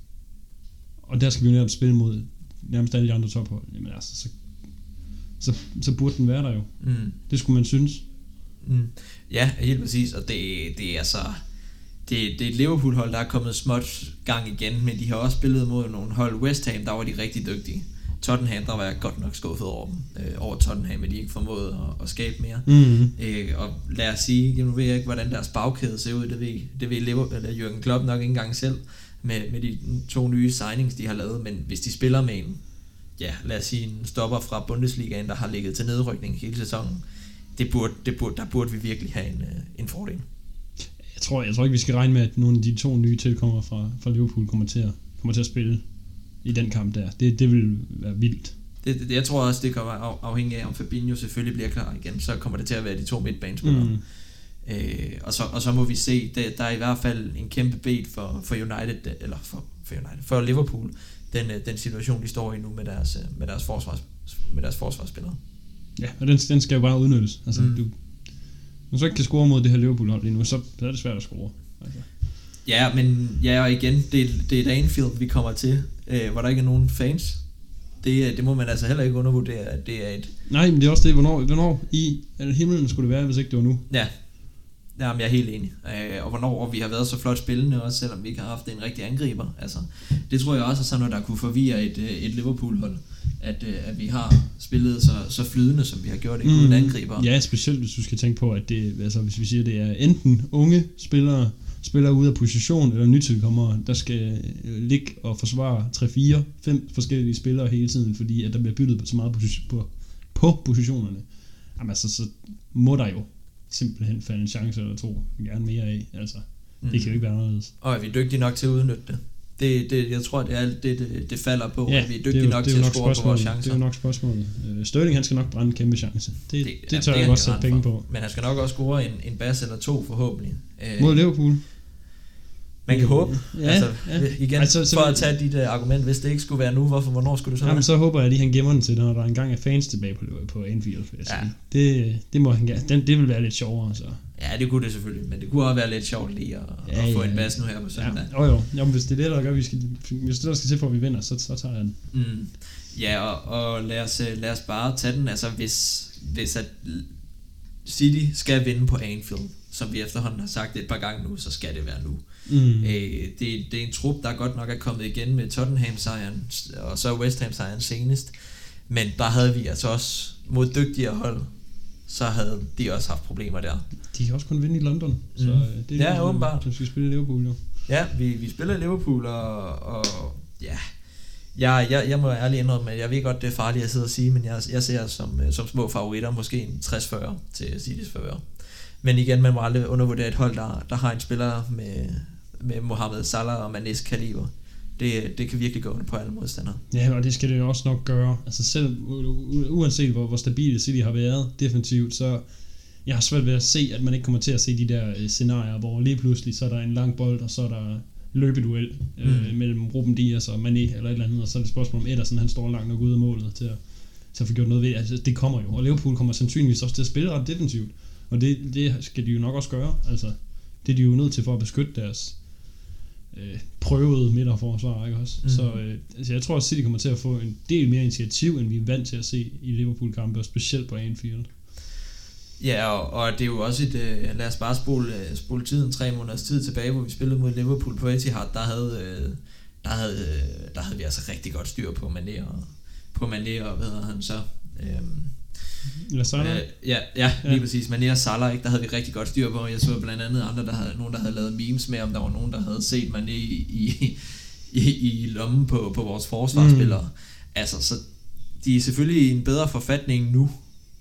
og der skal vi jo netop spille mod nærmest alle de andre tophold, jamen altså, så, så, så burde den være der jo. Mm. Det skulle man synes. Mm. Ja, helt præcis, og det, det er så det, det er et Liverpool-hold, der er kommet småt gang igen, men de har også spillet mod nogle hold. West Ham, der var de rigtig dygtige. Tottenham, der var jeg godt nok skuffet over dem, øh, over Tottenham, at de ikke formåede at, at skabe mere. Mm-hmm. Øh, og lad os sige, nu ved jeg ikke, hvordan deres bagkæde ser ud, det ved, det ved Liverpool, eller Jürgen Klopp nok ikke engang selv, med, med de to nye signings, de har lavet, men hvis de spiller med en, ja, lad os sige, en stopper fra Bundesligaen, der har ligget til nedrykning hele sæsonen, det burde, det burde, der burde vi virkelig have en, en fordel. Jeg tror, jeg tror ikke, vi skal regne med, at nogle af de to nye tilkommer fra, fra Liverpool kommer til, at, kommer til at spille i den kamp der. Det, det vil være vildt. Det, det, jeg tror også, det kommer af, afhængig af, om Fabinho selvfølgelig bliver klar igen. Så kommer det til at være de to midtbanespillere. Mm. Øh, og, så, og så må vi se, det, der er i hvert fald en kæmpe bed for, for United, eller for, for United, for Liverpool, den, den situation, de står i nu med deres, med deres, forsvars, med deres forsvarsspillere. Ja, og den, den skal jo bare udnyttes. Altså, mm. du, når du så ikke kan score mod det her Liverpool-hold lige nu, så er det svært at score. Altså. Ja, men ja, og igen, det, det er et Anfield, vi kommer til, øh, hvor der ikke er nogen fans. Det, det må man altså heller ikke undervurdere, at det er et... Nej, men det er også det, hvornår, hvornår i himlen skulle det være, hvis ikke det var nu. Ja, jamen, jeg er helt enig. Øh, og hvornår vi har været så flot spillende, også selvom vi ikke har haft en rigtig angriber. Altså, det tror jeg også er sådan noget, der kunne forvirre et, et Liverpool-hold. At, at vi har spillet så, så flydende, som vi har gjort, ikke mm. uden angriber. Ja, specielt hvis du skal tænke på, at det, altså, hvis vi siger, det er enten unge spillere, spillere ude af position, eller nytilkommere, der skal ligge og forsvare tre, fire, fem forskellige spillere hele tiden, fordi at der bliver byttet på så meget position, på, på positionerne. Jamen altså, så må der jo simpelthen falde en chance eller to, gerne mere af. Altså, mm. det kan jo ikke være anderledes. Og er vi dygtige nok til at udnytte det? Det, det, jeg tror, det er alt det, det, det falder på, ja, at vi er dygtige jo, nok til at score på vores chancer. Det er jo nok spørgsmålet. Uh, Sterling, han skal nok brænde en kæmpe chance. Det, det, det tør ja, jeg godt sætte penge på. Men han skal nok også score en, en bas eller to, forhåbentlig. Mod Liverpool? Man kan håbe. Ja, altså, ja. Igen, altså, så, for at tage dit uh, argument, hvis det ikke skulle være nu, hvorfor, hvornår skulle det så være? Jamen, så håber jeg, at han gemmer den til, når der engang er fans tilbage på, på Anfield. Ja. Det, det, må han gerne. Den, det vil være lidt sjovere. Så. Ja, det kunne det selvfølgelig, men det kunne også være lidt sjovt lige at, ja, at få ja, en bas nu her på søndag. Ja, jo, jo. Jamen, hvis det er det, der gør, vi skal, hvis det der skal til for, at vi vinder, så, så tager jeg den. Mm. Ja, og, og lad, os, lad os bare tage den. Altså, hvis, hvis at City skal vinde på Anfield, som vi efterhånden har sagt et par gange nu, så skal det være nu. Mm. Øh, det, det er en trup, der godt nok er kommet igen med Tottenham-sejren, og så West Ham-sejren senest. Men der havde vi altså også mod dygtigere hold, så havde de også haft problemer der. De kan også kun vinde i London, så mm. det er ja, åbenbart. Så skal vi spille i Liverpool jo. Ja, vi, vi spiller i Liverpool, og, og ja, jeg, jeg, jeg må ærligt indrømme, at jeg ved godt, det er farligt at sidde og sige, men jeg, jeg ser som, som små favoritter, måske en tres fyrre til City's fyrre. Men igen, man må aldrig undervurdere et hold, der, der har en spiller med, med Mohamed Salah og Mané's kaliber. Det, det kan virkelig gå under på alle modstandere. Ja, og det skal det jo også nok gøre. Altså selv uanset hvor, hvor stabile City har været defensivt, så jeg har svært ved at se, at man ikke kommer til at se de der øh, scenarier, hvor lige pludselig så er der en lang bold, og så er der løbeduel øh, mm. mellem Ruben Dias og Mané eller et eller andet, og så er det et spørgsmål om Ederson, han står langt nok ude af målet til at, til at få gjort noget ved. Altså, det kommer jo, og Liverpool kommer sandsynligvis også til at spille ret defensivt, og det, det skal de jo nok også gøre. Altså, det er de jo nødt til for at beskytte deres øh, prøvede midterforsvar, ikke også? Mm. Så øh, altså, jeg tror, at City kommer til at få en del mere initiativ, end vi er vant til at se i Liverpool-kampe, og specielt på Anfield. Ja, og, og det er jo også et, øh, lad os bare spole, øh, spole tiden tre måneders tid tilbage, hvor vi spillede mod Liverpool på Etihad, der havde, øh, der havde, øh, der havde vi altså rigtig godt styr på Mané og, på Mané og hvad hedder han så? Øhm, Eller Salah? Øh, ja, ja, lige ja. præcis. Mané og Salah, ikke, der havde vi rigtig godt styr på. Jeg så blandt andet andre, der havde, nogen, der havde lavet memes med, om der var nogen, der havde set Mané i, i, i, i lommen på, på vores forsvarsspillere. Mm. Altså, så de er selvfølgelig i en bedre forfatning nu,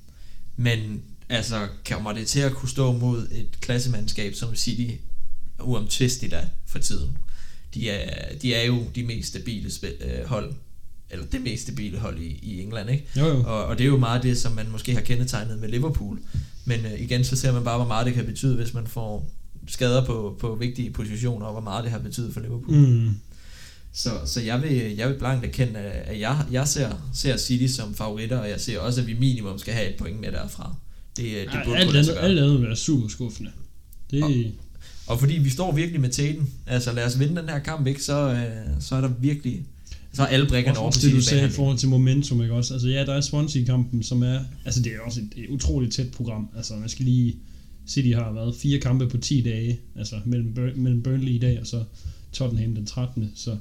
men altså, kommer det til at kunne stå mod et klassemandskab, som City uomtvisteligt er for tiden. De er, de er jo de mest stabile spil, øh, hold, eller det mest stabile hold i, i England, ikke? Jo, jo. Og, og det er jo meget det, som man måske har kendetegnet med Liverpool. Men øh, igen, så ser man bare, hvor meget det kan betyde, hvis man får skader på, på vigtige positioner, og hvor meget det har betydet for Liverpool. Mm. Så, så jeg vil, jeg vil blankt erkende, at jeg, jeg ser, ser City som favoritter, og jeg ser også, at vi minimum skal have et point med derfra. Det, det ja, burde alt, kunne andet, alt andet vil være super skuffende. Det... Og, og fordi vi står virkelig med tæten, altså lad os vinde den her kamp, ikke, så, øh, så er der virkelig, så er alle brækkerne over på det, du sagde i forhold til momentum, ikke også? Altså ja, der er Swansea-kampen, som er, altså det er også et, et utroligt tæt program. Altså man skal lige, City har været fire kampe på ti dage, altså mellem, mellem Burnley i dag og så Tottenham den trettende. Så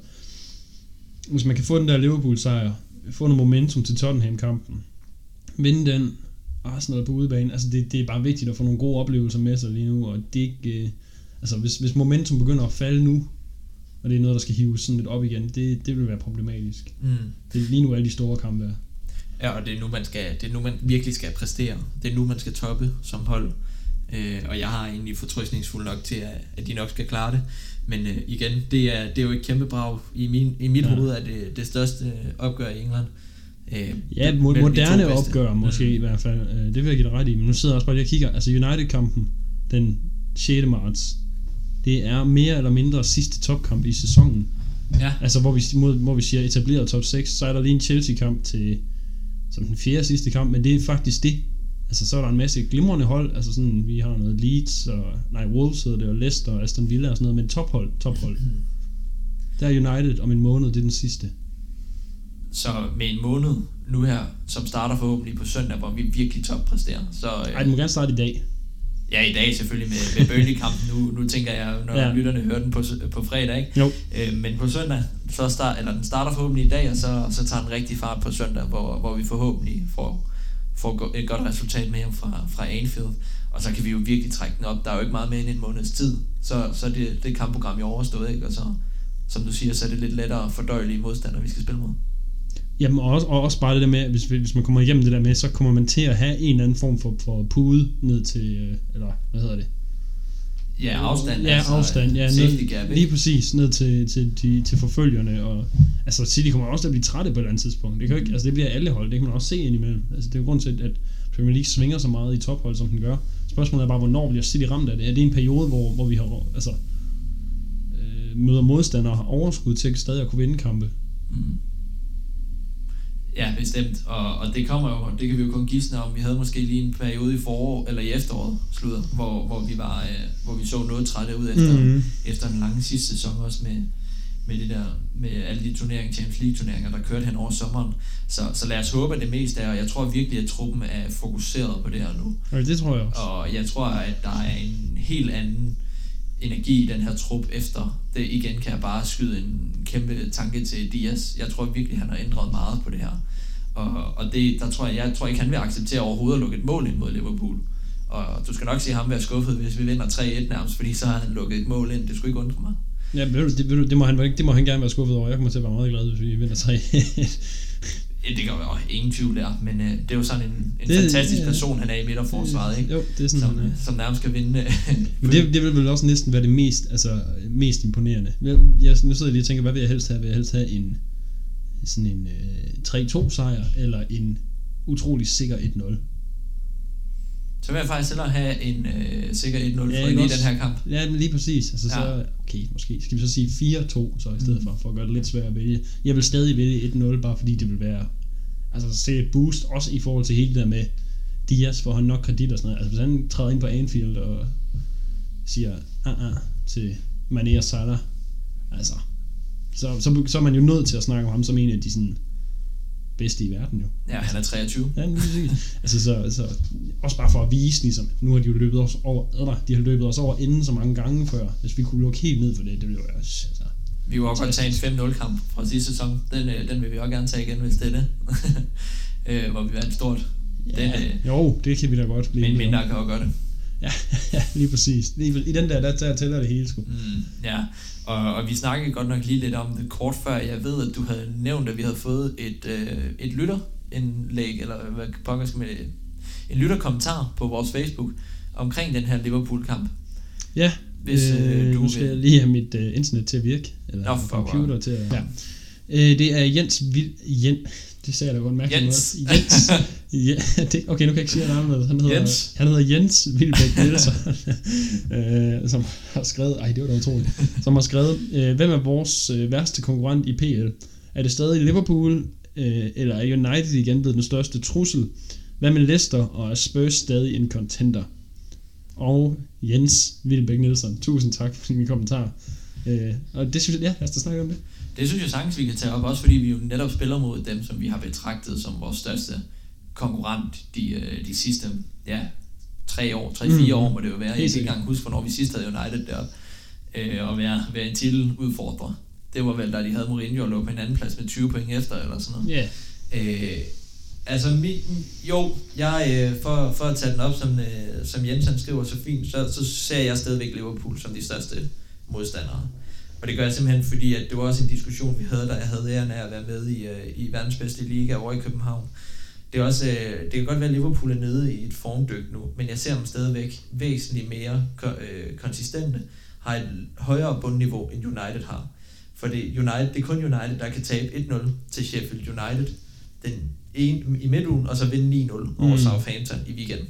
hvis man kan få den der Liverpool-sejr, få noget momentum til Tottenham-kampen, vinde den, Arsenal på udebane, altså det, det er bare vigtigt at få nogle gode oplevelser med sig lige nu, og det ikke, øh, altså hvis, hvis momentum begynder at falde nu, og det er noget, der skal hives sådan lidt op igen, det, det vil være problematisk. Mm. Det er lige nu alle de store kampe er. Ja, og det er nu, man skal, det er nu, man virkelig skal præstere. Det er nu, man skal toppe som hold. Øh, og jeg har egentlig fortrøstningsfuld nok til, at, at de nok skal klare det. Men øh, igen, det er, det er jo et kæmpe brag. I, min, i mit ja. hoved er det det største opgør i England. Øh, ja, mo- moderne opgør måske mm. i hvert fald. Øh, det vil jeg give dig ret i. Men nu sidder jeg også bare lige og kigger. Altså United-kampen den sjette marts, det er mere eller mindre sidste topkamp i sæsonen. Ja. Altså hvor vi, mod, hvor vi siger etableret top seks, så er der lige en Chelsea-kamp til som den fjerde sidste kamp, men det er faktisk det. Altså så er der en masse glimrende hold, altså sådan, vi har noget Leeds, og, nej, Wolves hedder det, og Leicester, og Aston Villa og sådan noget, men tophold, tophold. Mm. Der er United om en måned, det er den sidste. Så med en måned nu her, som starter forhåbentlig på søndag, hvor vi virkelig toppræsterer. Så, øh, Ej, den må gerne starte i dag. Ja, i dag selvfølgelig med, med Burnley-kampen. Nu, nu tænker jeg, når ja. lytterne hører den på, på fredag, ikke? Jo. Øh, men på søndag, så start, eller den starter forhåbentlig i dag, og så, så tager den rigtig fart på søndag, hvor, hvor vi forhåbentlig får, får et godt resultat med hjem fra, fra Anfield. Og så kan vi jo virkelig trække den op. Der er jo ikke meget mere end en måneds tid. Så, så er det, det kampprogram jo overstået, ikke? Og så, som du siger, så er det lidt lettere fordøjelige modstandere, vi skal spille mod. Jamen og også, og også bare det der med, hvis, hvis man kommer igennem det der med, så kommer man til at have en eller anden form for, for pude ned til, eller hvad hedder det? Ja, afstand. Ja, altså, afstand. Ja, ned, gap, lige præcis, ned til, til, til, til forfølgerne. Og, altså City kommer også til at blive trætte på et eller andet tidspunkt. Det, kan jo ikke, altså, det bliver alle hold, det kan man også se indimellem. Altså, det er jo grund til, at Premier League svinger så meget i tophold, som den gør. Spørgsmålet er bare, hvornår bliver City ramt af det? Er det en periode, hvor, hvor vi har, altså, øh, møder modstandere og har overskud til stadig at kunne vinde kampe? Mm. Ja, bestemt, og, og det kommer jo, det kan vi jo kun gisne om. Vi havde måske lige en periode i forår, eller i efteråret, slutter, hvor, hvor vi var, øh, hvor vi så noget trætte ud efter, mm-hmm. efter den lange sidste sæson, også med, med det der, med alle de turneringer, Champions League turneringer, der kørte hen over sommeren. Så, så lad os håbe, at det meste er, og jeg tror virkelig, at truppen er fokuseret på det her nu. Ja, det tror jeg også. Og jeg tror, at der er en helt anden energi i den her trup efter. Det igen kan jeg bare skyde en kæmpe tanke til Dias. Jeg tror virkelig, han har ændret meget på det her. Og, og det, der tror jeg, jeg tror ikke, han vil acceptere overhovedet at lukke et mål ind mod Liverpool. Og du skal nok se ham være skuffet, hvis vi vinder tre et nærmest, fordi så har han lukket et mål ind. Det skulle ikke undre mig. Ja, ved du, det, ved du, det, må han, det må han gerne være skuffet over. Jeg kommer til at være meget glad, hvis vi vinder tre et. Ja, det gør jo ingen tvivl der, men øh, det er jo sådan en, en det, fantastisk ja, person, han er i midterforsvaret, ikke? Jo, det er sådan, som, ja. som nærmest skal vinde. Men det, det vil vel også næsten være det mest, altså, mest imponerende. Jeg, nu sidder jeg lige og tænker, hvad vil jeg helst have? Vil jeg helst have en, sådan en øh, tre to sejr, eller en utrolig sikker et nul? Så vil jeg faktisk hellere have en øh, sikker et nul ja, for lige den her kamp. Ja, men lige præcis. Altså, ja. Så, okay, måske skal vi så sige fire to så i stedet mm. for, for at gøre det lidt svært at vælge. Jeg vil stadig vælge et nul, bare fordi det vil være, altså se et boost, også i forhold til hele det der med Diaz, får han nok kredit og sådan noget. Altså hvis han træder ind på Anfield og siger ah, ah, til Mané og Salah, altså, så, så, så er man jo nødt til at snakke om ham som en af de sådan bedste i verden jo. Ja, han er treogtyve. Ja, altså så, så også bare for at vise ligesom, nu har de jo løbet os over, eller, de har løbet os over inden så mange gange før. Hvis vi kunne lukke helt ned for det, det ville jo være altså, vi kunne også godt tage en fem nul kamp fra sidste sæson. Den, den vil vi også gerne tage igen, hvis det er det. øh, hvor vi vandt stort. Ja, den, øh, jo, det kan vi da godt blive. Men mindre kan jo gøre det. Ja, ja, lige præcis. I den der, der, der tæller det hele sgu. Mm, ja, og, og vi snakkede godt nok lige lidt om det kort før. Jeg ved, at du havde nævnt, at vi havde fået et, øh, et lytterindlæg, eller hvad pokker skal man, en lytterkommentar på vores Facebook omkring den her Liverpool-kamp. Ja, hvis øh, øh, du nu skal vil... jeg lige have mit øh, internet til at virke, eller Nå, computer bare. til at... Ja. Øh, det er Jens Vil... Jens... Det sagde jeg da godt mærkeligt Jens. noget. Jens. Ja, det, okay, nu kan jeg ikke sige det anderledes. Han hedder Jens, han hedder Jens Wilbæk Nielsen, øh, som har skrevet... Ej, det var da utroligt. Som har skrevet, øh, hvem er vores øh, værste konkurrent i P L? Er det stadig Liverpool, øh, eller er United igen blevet den største trussel? Hvad med Leicester, og er Spurs stadig en contender? Og Jens Wilbæk Nielsen, tusind tak for din kommentar. Øh, og det synes jeg, ja, lad os da snakke om det. Det synes jeg sagtens, vi kan tage op, også fordi vi jo netop spiller mod dem, som vi har betragtet som vores største konkurrent de, de sidste, ja, tre år, tre-fire mm. år må det jo være. Jeg kan ikke engang huske, hvornår vi sidst havde United deroppe, øh, og være, være en titeludfordrer. Det var vel, da de havde Mourinho og lå på en anden plads med tyve point efter, eller sådan noget. Yeah. Øh, altså, mi, jo, jeg, øh, for, for at tage den op, som, øh, som Jensen skriver så fint, så, så ser jeg stadigvæk Liverpool som de største modstandere. Og det gør jeg simpelthen, fordi at det var også en diskussion, vi havde, da jeg havde æren af at være med i, i verdens bedste liga over i København. Det, er også, det kan godt være, at Liverpool er nede i et formdyk nu, men jeg ser dem stadigvæk væsentligt mere øh, konsistente, har et højere bundniveau, end United har. For det, United, det er kun United, der kan tabe et nul til Sheffield United den ene, i midtugen, og så vinde ni nul over mm. Southampton i weekenden.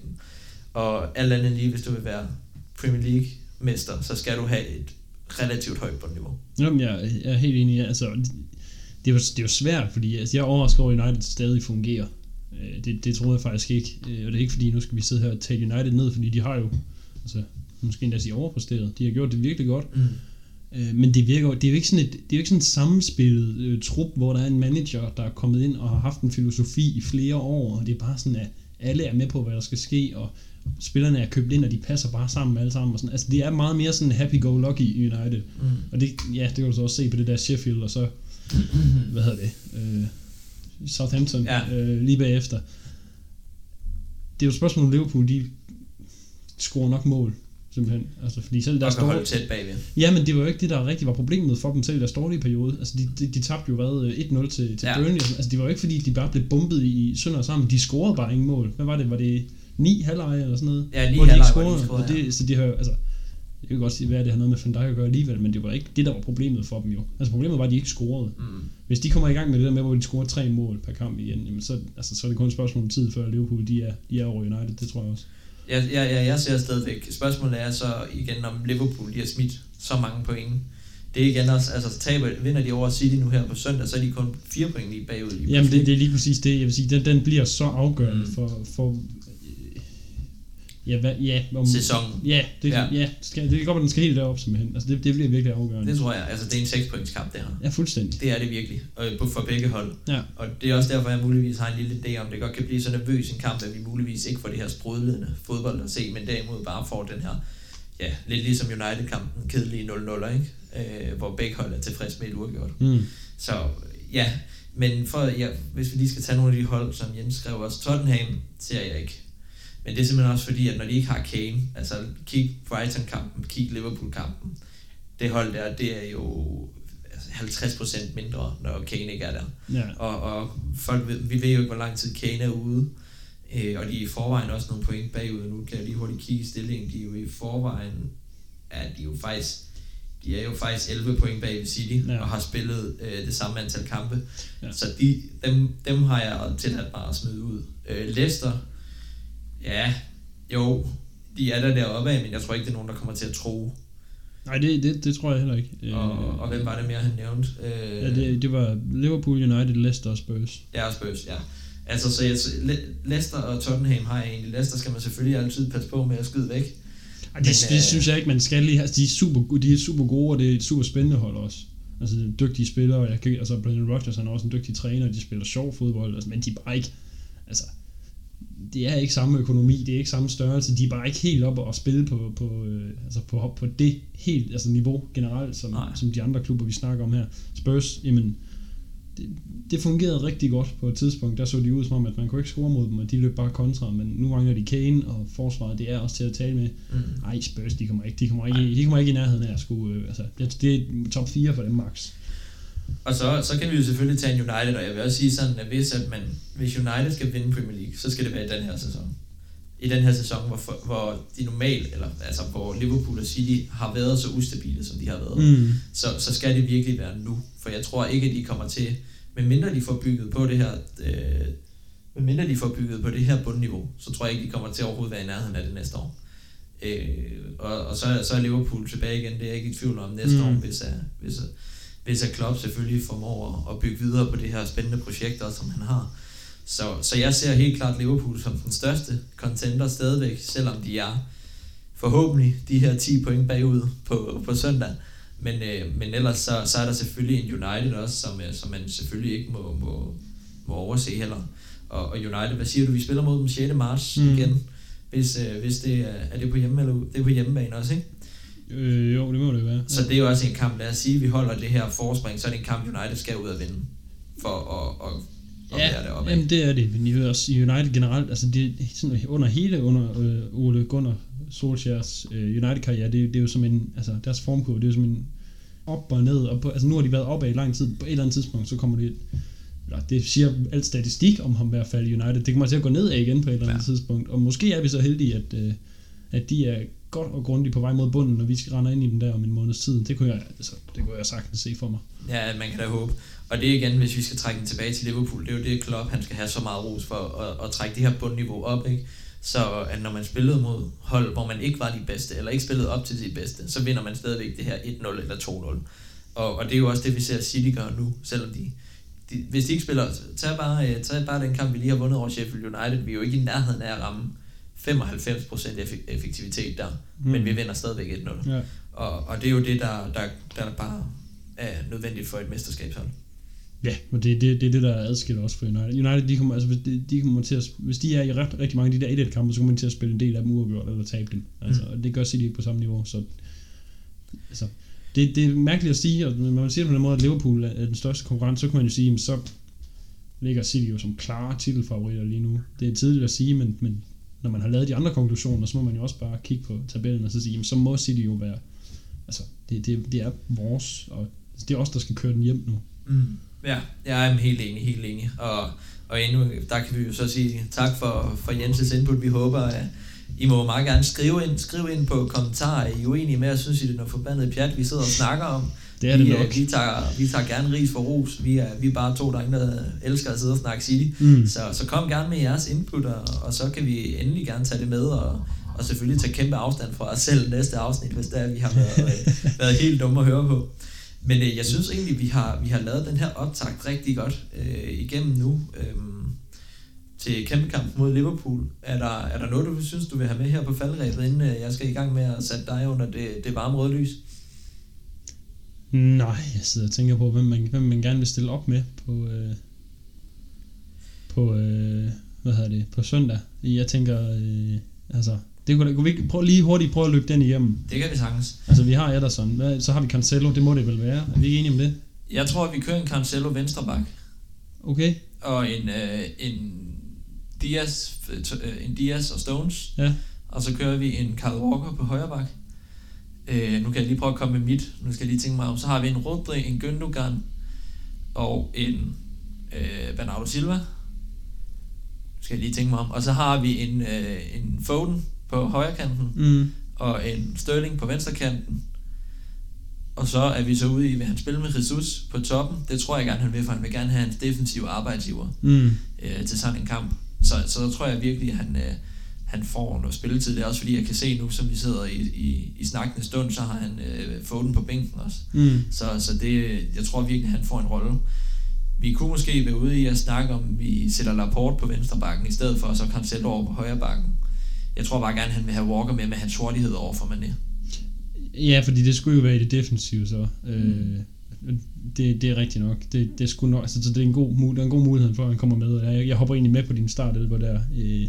Og alt andet lige, hvis du vil være Premier League-mester, så skal du have et relativt højt bundniveau. Jamen, jeg, jeg er helt enig. Ja. Altså, det, det, er jo, det er jo svært, fordi altså, jeg er overrasket over, at United stadig fungerer. Det, det troede jeg faktisk ikke. Og det er ikke fordi, nu skal vi sidde her og tage United ned, fordi de har jo, altså, måske endda sige overpræsteret. De har gjort det virkelig godt. Mm. Men det virker, det er jo ikke sådan et, det er jo ikke sådan et sammenspillet øh, trup, hvor der er en manager, der er kommet ind og har haft en filosofi i flere år, og det er bare sådan, at alle er med på, hvad der skal ske, og spillerne er købt ind, og de passer bare sammen alle sammen. Og sådan. Altså, det er meget mere sådan happy-go-lucky United. Mm. Og det, ja, det kan du så også se på det der Sheffield, og så, hvad hedder det, øh, Southampton, ja. øh, lige bagefter. Det er jo et spørgsmål om Liverpool, de scorer nok mål, simpelthen. Altså, fordi selv der står tæt bagved. Ja, men det var jo ikke det, der rigtig var problemet for dem selv i deres dårlige periode. Altså, de, de, de tabte jo hvad, et nul til, til ja. Burnley. Altså, det var jo ikke fordi, de bare blev bumpet i sønder sammen. De scorede bare ingen mål. Hvad var det? Var det ni halvleje eller sådan noget? Ja, ni halvleje, hvor de scorede, ja. Det, så de har, altså, jeg kan godt sige, hvad det har noget med Van Dijk at gøre alligevel, men det var ikke det, der var problemet for dem jo. Altså, problemet var, at de ikke scorede. Mm. Hvis de kommer i gang med det der med, hvor de scorer tre mål per kamp igen, jamen så, altså, så er det kun et spørgsmål om tid, før Liverpool, de er, de er over United. Det tror jeg også. Ja, ja, ja, jeg ser stadigvæk. Spørgsmålet er så igen, om Liverpool de har smidt så mange point. Det er igen også, altså taber, vinder de over City nu her på søndag, så er de kun fire point lige bagud. Lige Jamen det, det er lige præcis det, jeg vil sige, den, den bliver så afgørende mm. for, for ja, hvad, ja, om, sæsonen. Ja, det, ja. ja skal, det kan godt være, den skal helt derop simpelthen. Altså det, det bliver virkelig afgørende. Det tror jeg, altså det er en seks points kamp det her. Ja, fuldstændig. Det er det virkelig, og for begge hold. Ja. Og det er også derfor, jeg muligvis har en lille idé om, det godt kan blive så nervøs en kamp, at vi muligvis ikke får det her sprudlende fodbold at se, men derimod bare får den her, ja, lidt ligesom United-kampen, kedelige nul nul, ikke? Øh, hvor begge hold er tilfreds med et uafgjort. Mm. Så ja, Men for, ja, hvis vi lige skal tage nogle af de hold, som Jens skrev også, Tottenham ser jeg ikke. Men det er simpelthen også fordi, at når de ikke har Kane, altså kig Brighton-kampen, kig Liverpool-kampen, det hold der, det er jo halvtreds procent mindre, når Kane ikke er der. Ja. Og, og folk ved, vi ved jo ikke, hvor lang tid Kane er ude, øh, og de er i forvejen også nogle point bagud. Nu kan jeg lige hurtigt kigge i stillingen. De er jo i forvejen, ja, de er jo faktisk, de er jo faktisk elleve point bag ved City, ja. Og har spillet øh, det samme antal kampe. Ja. Så de, dem, dem har jeg tilladt bare at smide ud. Øh, Leicester, ja, jo, de er der deroppe af, men jeg tror ikke, det er nogen, der kommer til at tro. Nej, det, det, det tror jeg heller ikke. Og, og hvem var det mere, han nævnte? Øh, ja, det, det var Liverpool, United, Leicester og Spurs. Ja, og Spurs, ja. Altså, så jeg, Leicester og Tottenham har jeg egentlig. Leicester skal man selvfølgelig altid passe på med at skyde væk. Ej, det, men, det øh, synes jeg ikke, man skal lige. Altså, de, er super, de er super gode, og det er et super spændende hold også. Altså, dygtige spillere, og jeg kan, altså, Brendan Rodgers han er også en dygtig træner, de spiller sjov fodbold, altså, men de er bare ikke, altså, det er ikke samme økonomi, det er ikke samme størrelse, de er bare ikke helt oppe og spille på, på, øh, altså på, på det helt, altså niveau generelt, som, som de andre klubber, vi snakker om her. Spurs, jamen, det, det fungerede rigtig godt på et tidspunkt, der så de ud som om, at man kunne ikke score mod dem, og de løb bare kontra, men nu mangler de Kane, og forsvaret, det er også til at tale med. Mm. Ej, Spurs, de kommer ikke, de kommer ikke, de kommer ikke i nærheden af at skulle, øh, altså, det, det er top fire for dem max. Og så, så kan vi jo selvfølgelig tage en United, og jeg vil også sige sådan, at hvis, at man, hvis United skal vinde Premier League, så skal det være i den her sæson. I den her sæson, hvor, hvor de normalt, eller altså hvor Liverpool og City har været så ustabile, som de har været, mm. så, så skal det virkelig være nu. For jeg tror ikke, at de kommer til, medmindre de får bygget på det her, øh, medmindre de får bygget på det her bundniveau, så tror jeg ikke, de kommer til overhovedet være i nærheden af det næste år. Øh, og og så, så er Liverpool tilbage igen, det er jeg ikke i tvivl om næste mm. år, hvis jeg, hvis jeg, hvis at Klopp selvfølgelig formår at bygge videre på det her spændende projekt, som han har. Så, så jeg ser helt klart Liverpool som den største contender stadigvæk, selvom de er forhåbentlig de her ti point bagud på, på søndag. Men, øh, men ellers så, så er der selvfølgelig en United også, som, som man selvfølgelig ikke må, må, må overse heller. Og, og United, hvad siger du, vi spiller mod dem sjette marts mm. igen, hvis, øh, hvis det er, er det på hjemme eller det er på hjemmebane også, ikke? Øh, jo, det må det være. Så det er jo også en kamp, lad os sige, at vi holder det her forspring, så er det en kamp, United skal ud og vinde, for at, at, at ja, være deroppe. Jamen det er det, men I hører også United generelt, altså det, sådan under hele under øh, Ole Gunnar Solskjærs øh, United-karriere, det, det er jo som en, altså deres formkurve, det er jo som en op og ned, og på, altså nu har de været opad i lang tid, på et eller andet tidspunkt, så kommer det, eller det siger alt statistik om ham i hvert fald i United, det kommer til at gå nedad igen på et eller andet ja. tidspunkt, og måske er vi så heldige, at, øh, at de er godt og grundigt på vej mod bunden, når vi skal rende ind i den der om en måneds tid. Det kunne jeg, altså, det kunne jeg sagtens se for mig. Ja, man kan da håbe. Og det er igen, hvis vi skal trække den tilbage til Liverpool, det er jo det Klopp, han skal have så meget ros for at, at trække det her bundniveau op, ikke? Så at når man spillede mod hold, hvor man ikke var de bedste, eller ikke spillede op til sit bedste, så vinder man stadigvæk det her et nul eller to nul. Og, og det er jo også det, vi ser City gøre nu, selvom de, de hvis de ikke spiller, tag bare, tag bare den kamp, vi lige har vundet over Sheffield United, vi er jo ikke i nærheden af at ramme femoghalvfems procent effektivitet der, mm. men vi vinder stadigvæk et nul. Ja. Og, og det er jo det, der, der, der bare er nødvendigt for et mesterskabshold. Ja, og det er det, det, det, der adskiller også for United. United, de kommer, altså, hvis, de, de kommer til at, hvis de er i ret, rigtig mange af de der et et kampe, så kommer de til at spille en del af dem uafgjort eller tabe dem. Altså, mm. Og det gør City ikke på samme niveau. Så, altså, det, det er mærkeligt at sige, og når man siger på den måde, at Liverpool er den største konkurrent, så kan man jo sige, så ligger City jo som klare titelfavoritter lige nu. Det er tidligt at sige, men, men når man har lavet de andre konklusioner, så må man jo også bare kigge på tabellen og så sige, jamen, så må City jo være, altså, det, det, det er vores, og det er os, der skal køre den hjem nu. Mm. Ja, jeg er helt enig, helt enig. Og, og endnu, der kan vi jo så sige tak for, for Jens' input. Vi håber, at I må meget gerne skrive ind, skrive ind på kommentarer. I er uenige med, at synes I, det er noget forbandet pjat, vi sidder og snakker om. Det er det vi, nok. Vi tager, vi tager gerne ris for ros. Vi er, vi er bare to drenge, der elsker at sidde og snakke City. Mm. Så, så kom gerne med jeres input, og, og så kan vi endelig gerne tage det med, og, og selvfølgelig tage kæmpe afstand fra os selv næste afsnit, hvis det er, vi har været, været helt dumme at høre på. Men øh, jeg synes egentlig, vi har, vi har lavet den her optakt rigtig godt øh, igennem nu øh, til kæmpekamp mod Liverpool. Er der, er der noget, du synes, du vil have med her på faldrebet, inden øh, jeg skal i gang med at sætte dig under det, det varme røde lys? Nej, jeg sidder og tænker på, hvem man, hvem man gerne vil stille op med på, øh, på øh, hvad hedder det, på søndag. Jeg tænker, øh, altså... Det kunne, kunne vi ikke prøve, lige hurtigt prøve at løbe den igennem? Det kan vi sagtens. Altså vi har Ederson, så har vi Cancelo, det må det vel være. Er vi ikke enige om det? Jeg tror, at vi kører en Cancelo venstreback. Okay. Og en, øh, en, Diaz, en Diaz og Stones. Ja. Og så kører vi en Kyle Walker på højre bak. Øh, nu kan jeg lige prøve at komme med mit. Nu skal jeg lige tænke mig om. Så har vi en Rodri, en Gündogan og en øh, Bernardo Silva. Nu skal jeg lige tænke mig om. Og så har vi en, øh, en Foden på højre kanten. Mm. Og en Sterling på venstre kanten. Og så er vi så ude i, vil han spille med Jesus på toppen. Det tror jeg gerne, han vil, for han vil gerne have hans defensive arbejdsgiver mm. øh, til sådan en kamp. Så, så tror jeg virkelig, at han, øh, han får noget spilletid. Det er også fordi, jeg kan se nu, som vi sidder i, i, i snakkende stund, så har han øh, fået den på bænken også. Mm. Så, så det, jeg tror virkelig, at han får en rolle. Vi kunne måske være ude i at snakke om, at vi sætter Laporte på venstre bakken, i stedet for at så Cancelo over på højre bakken. Jeg tror bare gerne, at han vil have Walker med, med hans hurtighed over for Mané. Ja, fordi det skulle jo være i det defensive, så. Mm. Øh, det, det er rigtigt nok. Det, det, skulle nok altså, det er en god, det er en god mulighed for, at han kommer med. Jeg, jeg hopper egentlig med på din startelver der. Øh,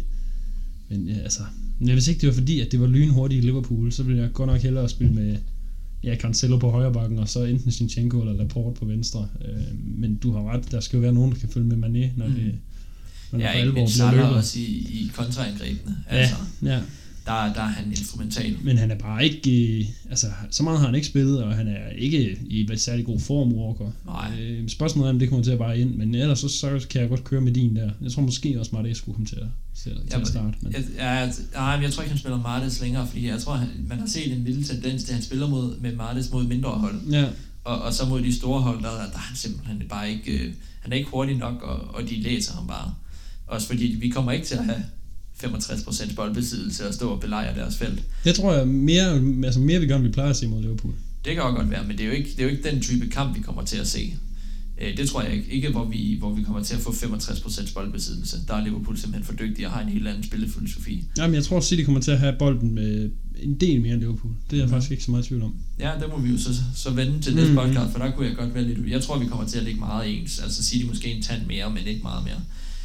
men ja, altså, hvis ikke det var fordi, at det var lynhurtigt i Liverpool, så ville jeg godt nok hellere spille med ja, Cancelo på højre bakken, og så enten Zinchenko eller Laporte på venstre. Øh, men du har ret, der skal jo være nogen, der kan følge med Mané, når mm. det når ja, for ikke alvor mindst bliver Salah løbet. også i, i kontraangrebene. Altså, ja, ja. Der, der er han instrumental. Men han er bare ikke, altså så meget har han ikke spillet, og han er ikke i særlig god form, Walker. Nej. Øh, spørgsmålet er, om det kommer til at bare ind, men ellers så, så kan jeg godt køre med din der. Jeg tror måske også, Martes skulle komme til at, til, til ja, at starte. Men. Jeg, jeg, jeg, jeg tror ikke, han spiller Martes længere, fordi jeg tror, han, man har set en lille tendens til, at han spiller mod, med Martes mod mindre hold. Ja. Og, og så mod de store hold, der, der er han simpelthen bare ikke, øh, han er ikke hurtig nok, og, og de læser ham bare. Også fordi vi kommer ikke til at have femogtres procent boldbesiddelse og stå og belejre deres felt. Det tror jeg mere, altså mere vi gør, end vi plejer at se mod Liverpool. Det kan også godt være, men det er jo ikke, det er jo ikke den type kamp, vi kommer til at se. Det tror jeg ikke. Ikke hvor vi, hvor vi kommer til at få femogtres procent boldbesiddelse. Der er Liverpool simpelthen for dygtig og har en helt anden spillefilosofi. Jamen, jeg tror at City kommer til at have bolden med en del mere end Liverpool. Det er jeg mm. faktisk ikke så meget tvivl om. Ja, det må vi jo så, så vende til næste mm. podcast, for der kunne jeg godt være lidt ud. Jeg tror, vi kommer til at ligge meget ens. Altså City måske en tand mere, men ikke meget mere.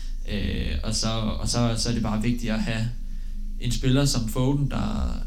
Øh, og så, og så, så er det bare vigtigt at have en spiller som Foden, der,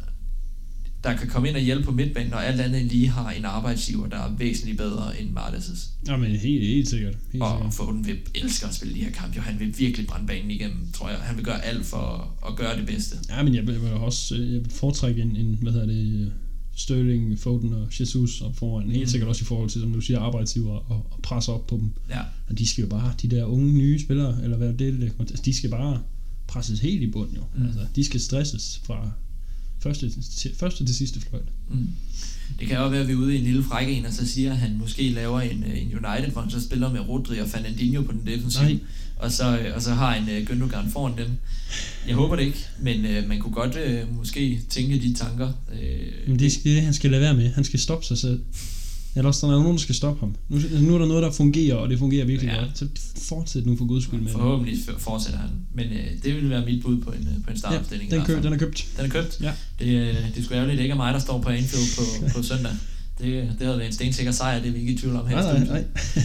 der kan komme ind og hjælpe på midtbanen, og alt andet end lige har en arbejdsgiver, der er væsentligt bedre end Martes'. Jamen, helt, helt sikkert. Helt og sikkert. Foden vil elske at spille de her kampe, og han vil virkelig brænde banen igennem, tror jeg. Han vil gøre alt for at gøre det bedste. Ja, men jeg vil, jeg vil også jeg vil foretrække en, en, hvad hedder det, Sterling, Foden og Jesus op foran. Helt mm. sikkert også i forhold til, som du siger, arbejdsgiver og, og presse op på dem. Ja. Og de skal jo bare, de der unge nye spillere, eller hvad det er, det, de skal bare presses helt i bund jo. Mm. Altså, de skal stresses fra første til, første til sidste fløjt. Mm. Det kan jo være, at vi er ude i en lille frække en, og så siger, at han måske laver en, en United, hvor han så spiller med Rodri og Fernandinho på den defensive, og så, og så har en uh, Gündogan foran dem. Jeg håber det ikke, men uh, man kunne godt uh, måske tænke de tanker. Uh, men det er det, han skal lade være med. Han skal stoppe sig selv. Eller også der er nogen, der skal stoppe ham. Nu, nu er der noget, der fungerer, og det fungerer virkelig ja. godt. Så fortsæt nu for guds skyld med forhåbentlig det. Fortsætter han. Men uh, det vil være mit bud på en, på en startopstilling. Ja, den, køb, den er købt. Den er købt? Ja. Det, uh, det skulle ærgerligt, det ikke er mig, der står på Anfield på, på søndag. Det, det havde været en stensikker sejr, det er vi ikke i tvivl om her. Nej, nej, nej.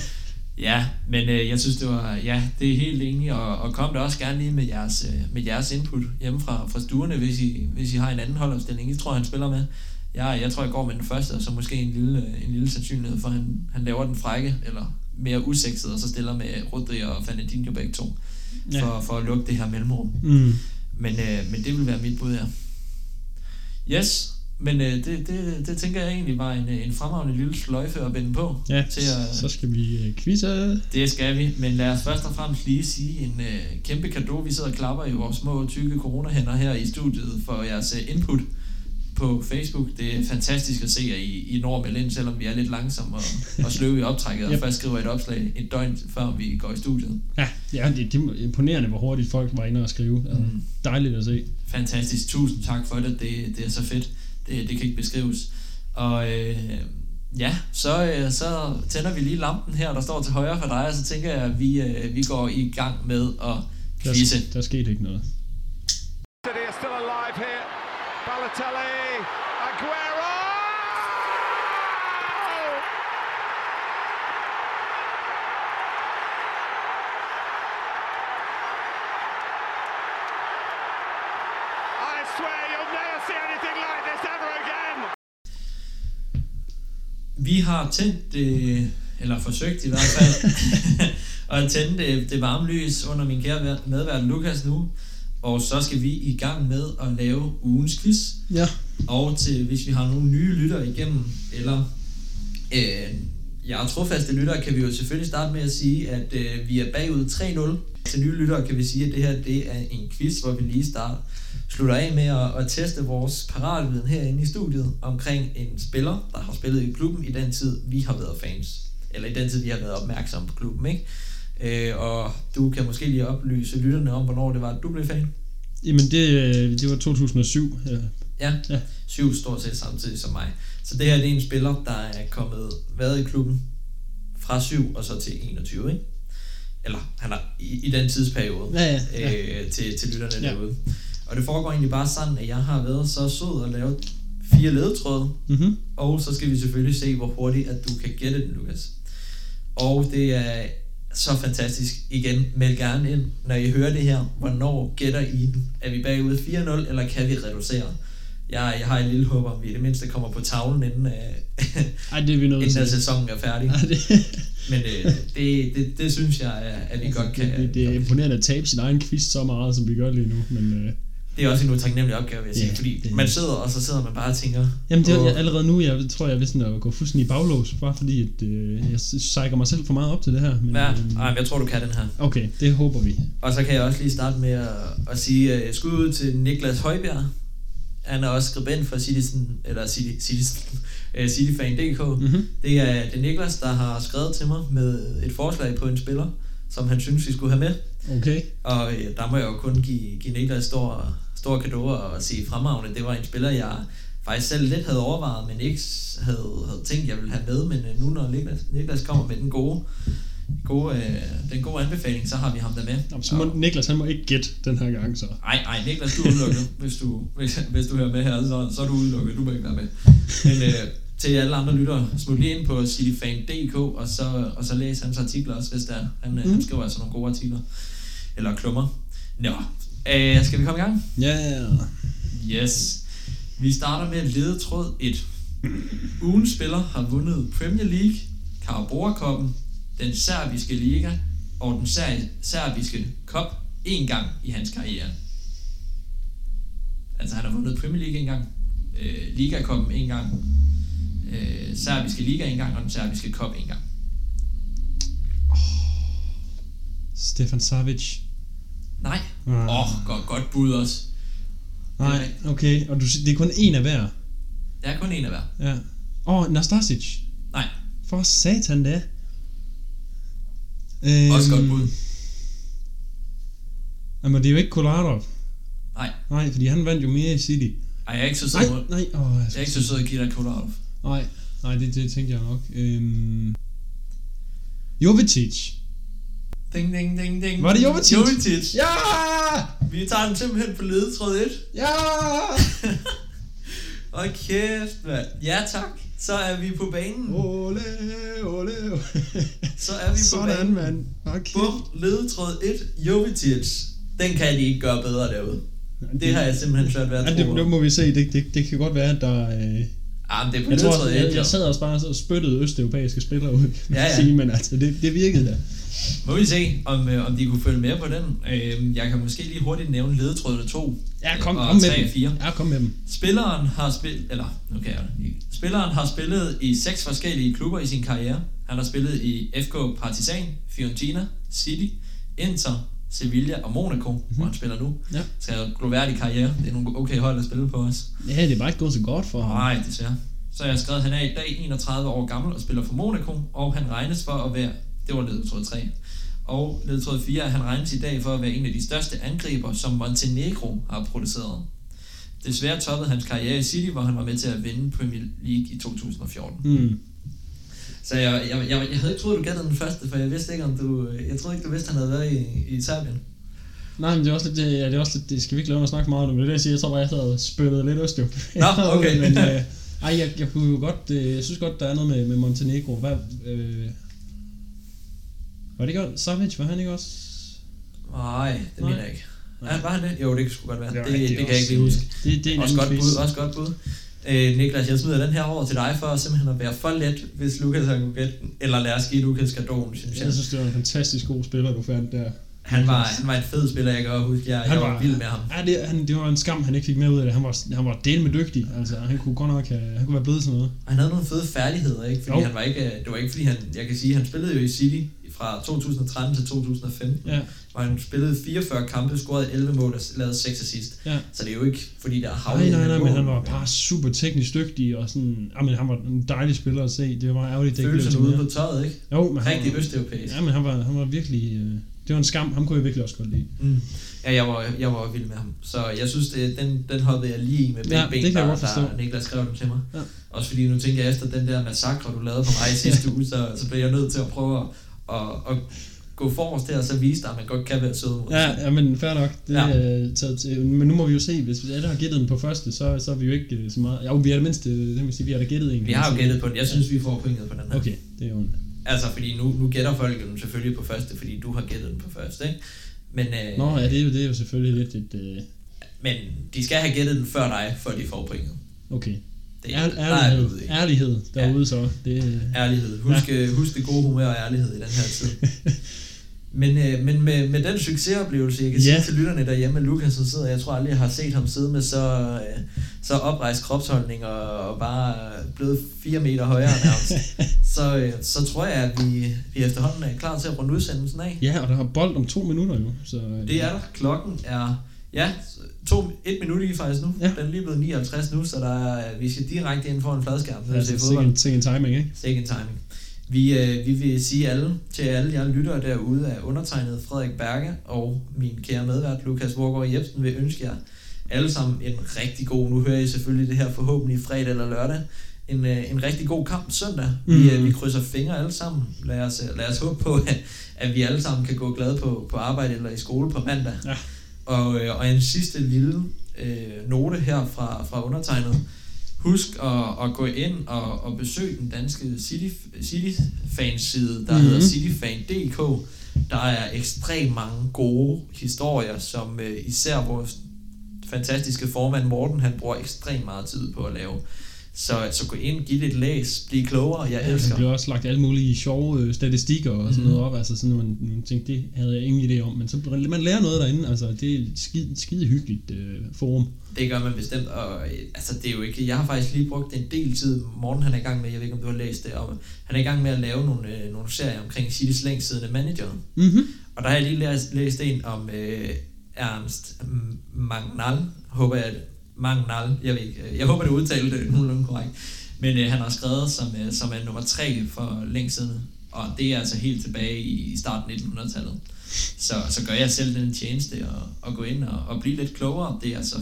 Ja, men øh, jeg synes det var, ja, det er helt enig, og, og kom der også gerne lige med jeres, øh, med jeres input hjemme fra, fra stuerne, hvis I, hvis I har en anden holdopstilling. Jeg tror, han spiller med. Ja, jeg tror, jeg går med den første, og så måske en lille, en lille sandsynlighed, for han, han laver den frække, eller mere usekset, og så stiller med Rodri og Fernandinho begge to, ja. for, for at lukke det her mellemrum. Mm. Men, øh, men det vil være mit bud her. Yes. Men øh, det, det, det tænker jeg egentlig var en, en fremragende lille sløjfe at vende på. Ja, til at, så skal vi øh, quizze. Det skal vi, men lad os først og fremmest lige sige en øh, kæmpe cadeau. Vi sidder og klapper i vores små, tykke coronahænder her i studiet for jeres øh, input på Facebook. Det er fantastisk at se, at I, I når med ind, selvom vi er lidt langsomme og, og sløve i optrækket, yep. og først skriver et opslag et døgn før vi går i studiet. Ja, ja det, det er imponerende, hvor hurtigt folk var inde og skrive. Mm. Altså, dejligt at se. Fantastisk. Tusind tak for det. Det, det er så fedt. Det, det kan ikke beskrives. Og øh, ja, så, øh, så tænder vi lige lampen her, der står til højre for dig, og så tænker jeg, at vi, øh, vi går i gang med at quizze. Der, der skete ikke noget. City are still alive here. Balotelli, Aguero! I swear you'll never see anything like this ever again. Vi har tænkt, øh, eller forsøgt i hvert fald, og tænde det, det varme lys under min kære medvært Lukas nu. Og så skal vi i gang med at lave ugens quiz. Ja. Og til, hvis vi har nogle nye lyttere igennem, eller øh, jeg er trofaste lyttere, kan vi jo selvfølgelig starte med at sige, at øh, vi er bagud tre nul. Til nye lyttere kan vi sige, at det her det er en quiz, hvor vi lige starter, slutter af med at, at teste vores paratviden herinde i studiet omkring en spiller, der har spillet i klubben i den tid, vi har været fans. Eller i den tid, vi har været opmærksomme på klubben, ikke? Øh, og du kan måske lige oplyse lytterne om, hvornår det var, du blev fan? Jamen, det, det var to tusind og syv. Ja, ja. ja. syv stort set samtidig som mig. Så det her det er en spiller, der er kommet, været i klubben fra syv og så til enogtyve, ikke? Eller han er i, i den tidsperiode ja, ja, ja. Øh, til, til lytterne ja. derude. Og det foregår egentlig bare sådan, at jeg har været så sød og lavet fire ledetråde. Mm-hmm. Og så skal vi selvfølgelig se, hvor hurtigt at du kan gætte den, Lukas. Og det er så fantastisk. Igen, meld gerne ind, når I hører det her. Hvornår gætter I den? Er vi bagud fire nul, eller kan vi reducere? Jeg, jeg har en lille håb om, vi i det mindste kommer på tavlen, inden, Ej, det er vi inden at sæsonen er færdig. Ej, det... Men øh, det, det, det synes jeg, at vi altså, godt kan. Det, det er imponerende at tabe sin egen quiz så meget, som vi gør lige nu. Men, øh... det er også en utaknemmelig opgave, vil jeg sige, ja, fordi det... man sidder, og så sidder man bare og tænker... Jamen, det er jeg, allerede nu, jeg tror, jeg er ved sådan at gå fuldstændig i baglås, bare fordi at, øh, jeg sejker mig selv for meget op til det her. Men, ja, øh, ej, jeg tror, du kan den her. Okay, det håber vi. Og så kan jeg også lige starte med at, at sige uh, skud ud til Niklas Højbjerg. Han er også skribent for Citizen, eller City, Citizen, uh, Cityfan punktum d k. Mm-hmm. Det er, det er Niklas, der har skrevet til mig med et forslag på en spiller, som han synes, vi skulle have med. Okay. Og uh, der må jeg jo kun give, give Niklas stor, stor cadeau og sige fremragende. Det var en spiller, jeg faktisk selv lidt havde overvejet, men ikke havde, havde tænkt, jeg ville have med. Men uh, nu når Niklas, Niklas kommer med den gode... Gode, øh, den gode anbefaling, så har vi ham der med. Jamen, så må og... Niklas, han må ikke gætte den her gang, så. Ej, ej, Niklas, du er udelukket, hvis du, hvis, hvis du hører med her, så, så er du udelukket, du må ikke være med. Men øh, til alle andre lyttere, smut lige ind på cityfan punktum d k, og så, og så læs hans artikler også, hvis der er. Han, mm. han skriver altså nogle gode artikler. Eller klummer. Nå, øh, skal vi komme i gang? Ja. Yeah. Yes. Vi starter med ledetråd et. Ugens spiller har vundet Premier League, Carabao-koppen, den serbiske liga og den ser- serbiske cup en gang i hans karriere. Altså han har vundet Premier League en gang, øh, Liga-koppen en gang, øh, serbiske liga en gang og den serbiske cup en gang. Oh. Stefan Savic. Nej. Åh, ah. oh, godt, godt bud også. Nej, okay. Og du det er kun en af hver. Det er kun en af hver. Ja. Åh, oh, Nastasic. Nej. For satan da. Også godt bud. Jamen det er jo ikke Kolarov. Nej. Nej, fordi han vandt jo mere i City. Ej, jeg er ikke så sød. Nej, nej. Oh, jeg, jeg er ikke så sød at give dig Kolarov. Nej, nej, det, det tænkte jeg nok. Øhm... Jovetic. Ding, ding, ding, ding. Var det Jovetic? Jovetic. Ja! Vi tager den simpelthen på ledetråd et. Ja! Og kæft, mand. Ja, tak. Så er vi på banen. Ole, ole. Så er vi på sådan, banen. Mand. Okay. Bum, ledetråd et, Jovetic. Den kan de ikke gøre bedre derude. Det, det har jeg simpelthen svært ved at ja, tro. Det, det må vi se. Det, det, det kan godt være, at der... Øh... Ah, men det er på jeg, ledetråd et, jeg, jeg sad også bare og spyttede østeuropæiske spillere ud, ja, ja. Sige, men altså, det, det virkede da. Må vi se, om, øh, om de kunne følge med på den. Øh, jeg kan måske lige hurtigt nævne ledetrådene to ja, kom, og kom tre med og fire. Ja, kom med dem. Spilleren har spillet, eller okay, spilleren har spillet i seks forskellige klubber i sin karriere. Han har spillet i F K Partizan, Fiorentina, City, Inter, Sevilla og Monaco, mm-hmm. hvor han spiller nu. Ja. Så er gloværdig karriere. Det er nogle okay hold at spille på os. Ja, det er bare ikke gået så godt for ham. Nej, desværre. Så jeg har skrevet, at han er i dag enogtredive år gammel og spiller for Monaco, og han regnes for at være, det var ledetråd tre. Og ledetråd fire, han regnes i dag for at være en af de største angriber, som Montenegro har produceret. Desværre toppede hans karriere i City, hvor han var med til at vinde Premier League i to tusind og fjorten. Mm. Så jeg, jeg, jeg, jeg havde ikke troet, du gættede den første, for jeg vidste ikke, om du... Jeg troede ikke, du vidste, han havde været i, i Serbien. Nej, men det er også lidt... Ja, det er også lidt... Det skal vi ikke lade mig snakke meget om, men det er det, jeg siger. Jeg tror bare, jeg havde spillet lidt øst, jo. Nå, okay. men, øh, ej, jeg, jeg kunne jo godt... Øh, jeg synes godt, der er noget med, med Montenegro. Hvad... Øh, var det ikke også? Savic, var han ikke også? Nej, det Nej. mener jeg ikke. Ja, var han det? Jo, det skulle godt være. Det, det, det, det kan også, jeg ikke lige huske. Det, det er også, godt bud, også godt bud. Øh, Niklas, jeg smider den her over til dig for simpelthen at være for let, hvis Lukas har kunne gætte den. Eller lad os give Lukas Gardon, synes jeg. Jeg synes, det var en fantastisk god spiller, du fandt der. Han var, han var en fed spiller, jeg kan også huske. Jeg, jeg var, var vild med ham. Ja, det, han, det var en skam, han ikke fik med ud af det. Han var, han var del med dygtig. Altså, han kunne godt nok have, han kunne være blevet sådan noget. Han havde nogle fede færdigheder, ikke? Fordi jo. han var ikke, det var ikke fordi han, jeg kan sige, han spillede jo i City fra to tusind og tretten til to tusind og femten. Ja. Og han spillede fireogfyrre kampe, scorede elleve mål og lavede seks assist. Ja. Så det er jo ikke fordi der er havlet. Nej, nej, nej, men han var bare super teknisk dygtig og sådan, jamen han var en dejlig spiller at se. Det var meget ærgerligt, det ikke blev til ude på tøjet, ikke? Jo, men rigtig han, østeuropæisk. Ja, men han var, han var virkelig, øh, det var en skam. Ham kunne jeg virkelig også godt lide. Mm. Ja, jeg var, jeg var vild med ham. Så jeg synes, det, den, den hoppede jeg lige i med begge ja, ben, der, der Niklas skrev den til mig. Ja. Også fordi nu tænker jeg, efter den der massakre, du lavede på mig i sidste uge, så, så blev jeg nødt til at prøve at, at, at gå forrest der, og så vise dig, at man godt kan være sød mod. Ja, ja, men fair nok. Det ja. er taget til. Men nu må vi jo se, hvis alle har gættet den på første, så, så er vi jo ikke så meget. Jo, vi er det mindste, det vil sige, vi har da gættet en. Vi har jo gættet på den. Jeg synes, vi får pointet på den her. Okay, det er jo en. Altså, fordi nu, nu gætter folk den selvfølgelig på første, fordi du har gættet den på første, ikke? Men, øh, Nå, ja, det er, jo, det er jo selvfølgelig lidt et... Øh... Men de skal have gættet den før dig, før de får pointet. Okay. Det er, Ær- ærlighed, ærlighed derude ja. så. Det, ærlighed. Husk, ja. husk det gode humør og ærlighed i den her tid. Men, øh, men med, med den succesoplevelse, jeg kan yeah. sige til lytterne derhjemme, at Lukas sidder, jeg tror aldrig, jeg har set ham sidde med så, øh, så oprejst kropsholdning og, og bare blevet fire meter højere nærmest. så, øh, så tror jeg, at vi, vi efterhånden er klar til at runde udsendelsen af. Ja, og der har bold om to minutter jo. Så, øh. Det er der. Klokken er ja, to, et minut i faktisk nu. Ja. Den er lige blevet nioghalvtreds nu, så der er, vi skal direkte ind for en fladskærm. Ja, det er second, second timing, ikke? Second timing. Vi, øh, vi vil sige alle, til alle jer lyttere derude af undertegnet Frederik Berge og min kære medvært Lukas Vorgård Jebsen vil ønske jer alle sammen en rigtig god, nu hører I selvfølgelig det her forhåbentlig fredag eller lørdag, en, øh, en rigtig god kamp søndag. Mm. Vi, øh, vi krydser fingre alle sammen. Lad os, lad os håbe på, at, at vi alle sammen kan gå glade på, på arbejde eller i skole på mandag. Ja. Og, øh, og en sidste lille øh, note her fra, fra undertegnet. Husk at, at gå ind og, og besøge den danske City, City fans side, der mm-hmm. hedder cityfan punktum d k. Der er ekstremt mange gode historier, som øh, især vores fantastiske formand Morten, han bruger ekstremt meget tid på at lave. Så, så gå ind, giv det et læs, bliv klogere, jeg ja, elsker. Der bliver også lagt alle mulige sjove øh, statistikker og sådan mm-hmm. noget op, altså sådan, man, man tænkte, det havde jeg ingen idé om, men så man lærer noget derinde, altså det er et skide, skide hyggeligt øh, forum. Det gør man bestemt, og altså det er jo ikke, jeg har faktisk lige brugt en del tid, Morten han er i gang med, jeg ved ikke om du har læst det, og han er i gang med at lave nogle, øh, nogle serier omkring Citys længstsiddende manager, mm-hmm. og der har jeg lige læst, læst en om øh, Ernst Magnal, håber jeg, Magnal, jeg ved ikke, jeg håber det udtalte det nogenlunde korrekt, men øh, han har skrevet som, øh, som er nummer tre for længstsiddende, og det er altså helt tilbage i starten af nitten hundrede-tallet. Så, så gør jeg selv den tjeneste at, at gå ind og, og blive lidt klogere. Det er altså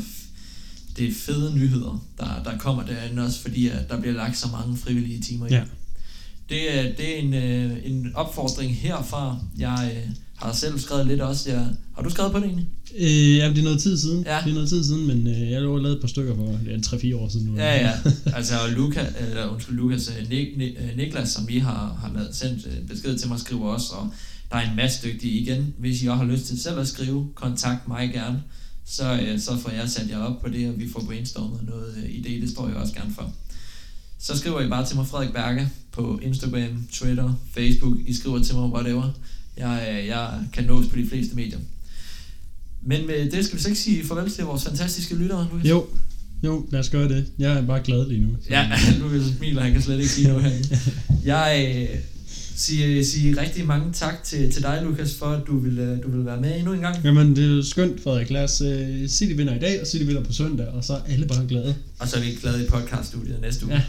det er fede nyheder, der, der kommer derinde også, fordi at der bliver lagt så mange frivillige timer i. Ja. Det, er, det er en, en opfordring herfra. Jeg har selv skrevet lidt også. Jeg, har du skrevet på det egentlig? Øh, ja, det er noget tid siden. Ja. Det er noget tid siden, men øh, jeg har lavet et par stykker for ja, tre fire år siden nu. Ja, ja. Altså Luca, eller undskyld Lukas, Nik, Niklas, som vi har, har lavet, sendt besked til mig, skriver også, og der er en masse dygtige igen. Hvis I også har lyst til selv at skrive, kontakt mig gerne. Så, øh, så får jeg sat jer op på det, og vi får brainstormet noget øh, idé, det står jeg også gerne for. Så skriver I bare til mig Frederik Berge på Instagram, Twitter, Facebook. I skriver til mig whatever. Jeg, øh, jeg kan nås på de fleste medier. Men med det skal vi så ikke sige farvel til vores fantastiske lyttere, Louis? Jo, jo, lad os gøre det. Jeg er bare glad lige nu. Så. Ja, Louis smiler, han kan slet ikke sige noget her. Jeg øh, siger, siger rigtig mange tak til, til dig, Lukas, for at du vil, du vil være med endnu en gang. Jamen, det er skønt, Frederik. Lad os uh, City vinder i dag, og City vinder på søndag, og så er alle bare glade. Og så er vi glade i podcaststudiet næste uge. Ja.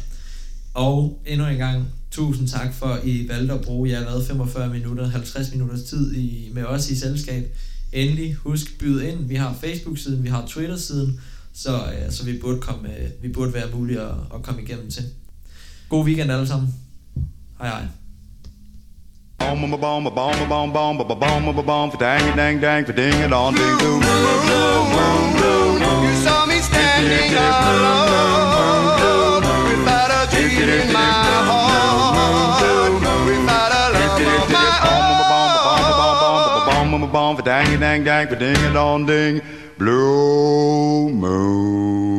Og endnu en gang, tusind tak for, at I valgte at bruge jer hvad, femogfyrre minutter, halvtreds minutters tid i, med os i selskab. Endelig, husk, byde ind. Vi har Facebook-siden, vi har Twitter-siden, så, øh, så vi, burde komme, øh, vi burde være mulige at, at komme igennem til. God weekend alle sammen. Hej hej. Boom boom boom boom boom boom boom boom boom boom for dang dang dang for ding it on ding boom boom. You saw me standing alone without a dream in my heart, without a love of my own. For dang dang dang for ding it on ding blue moon.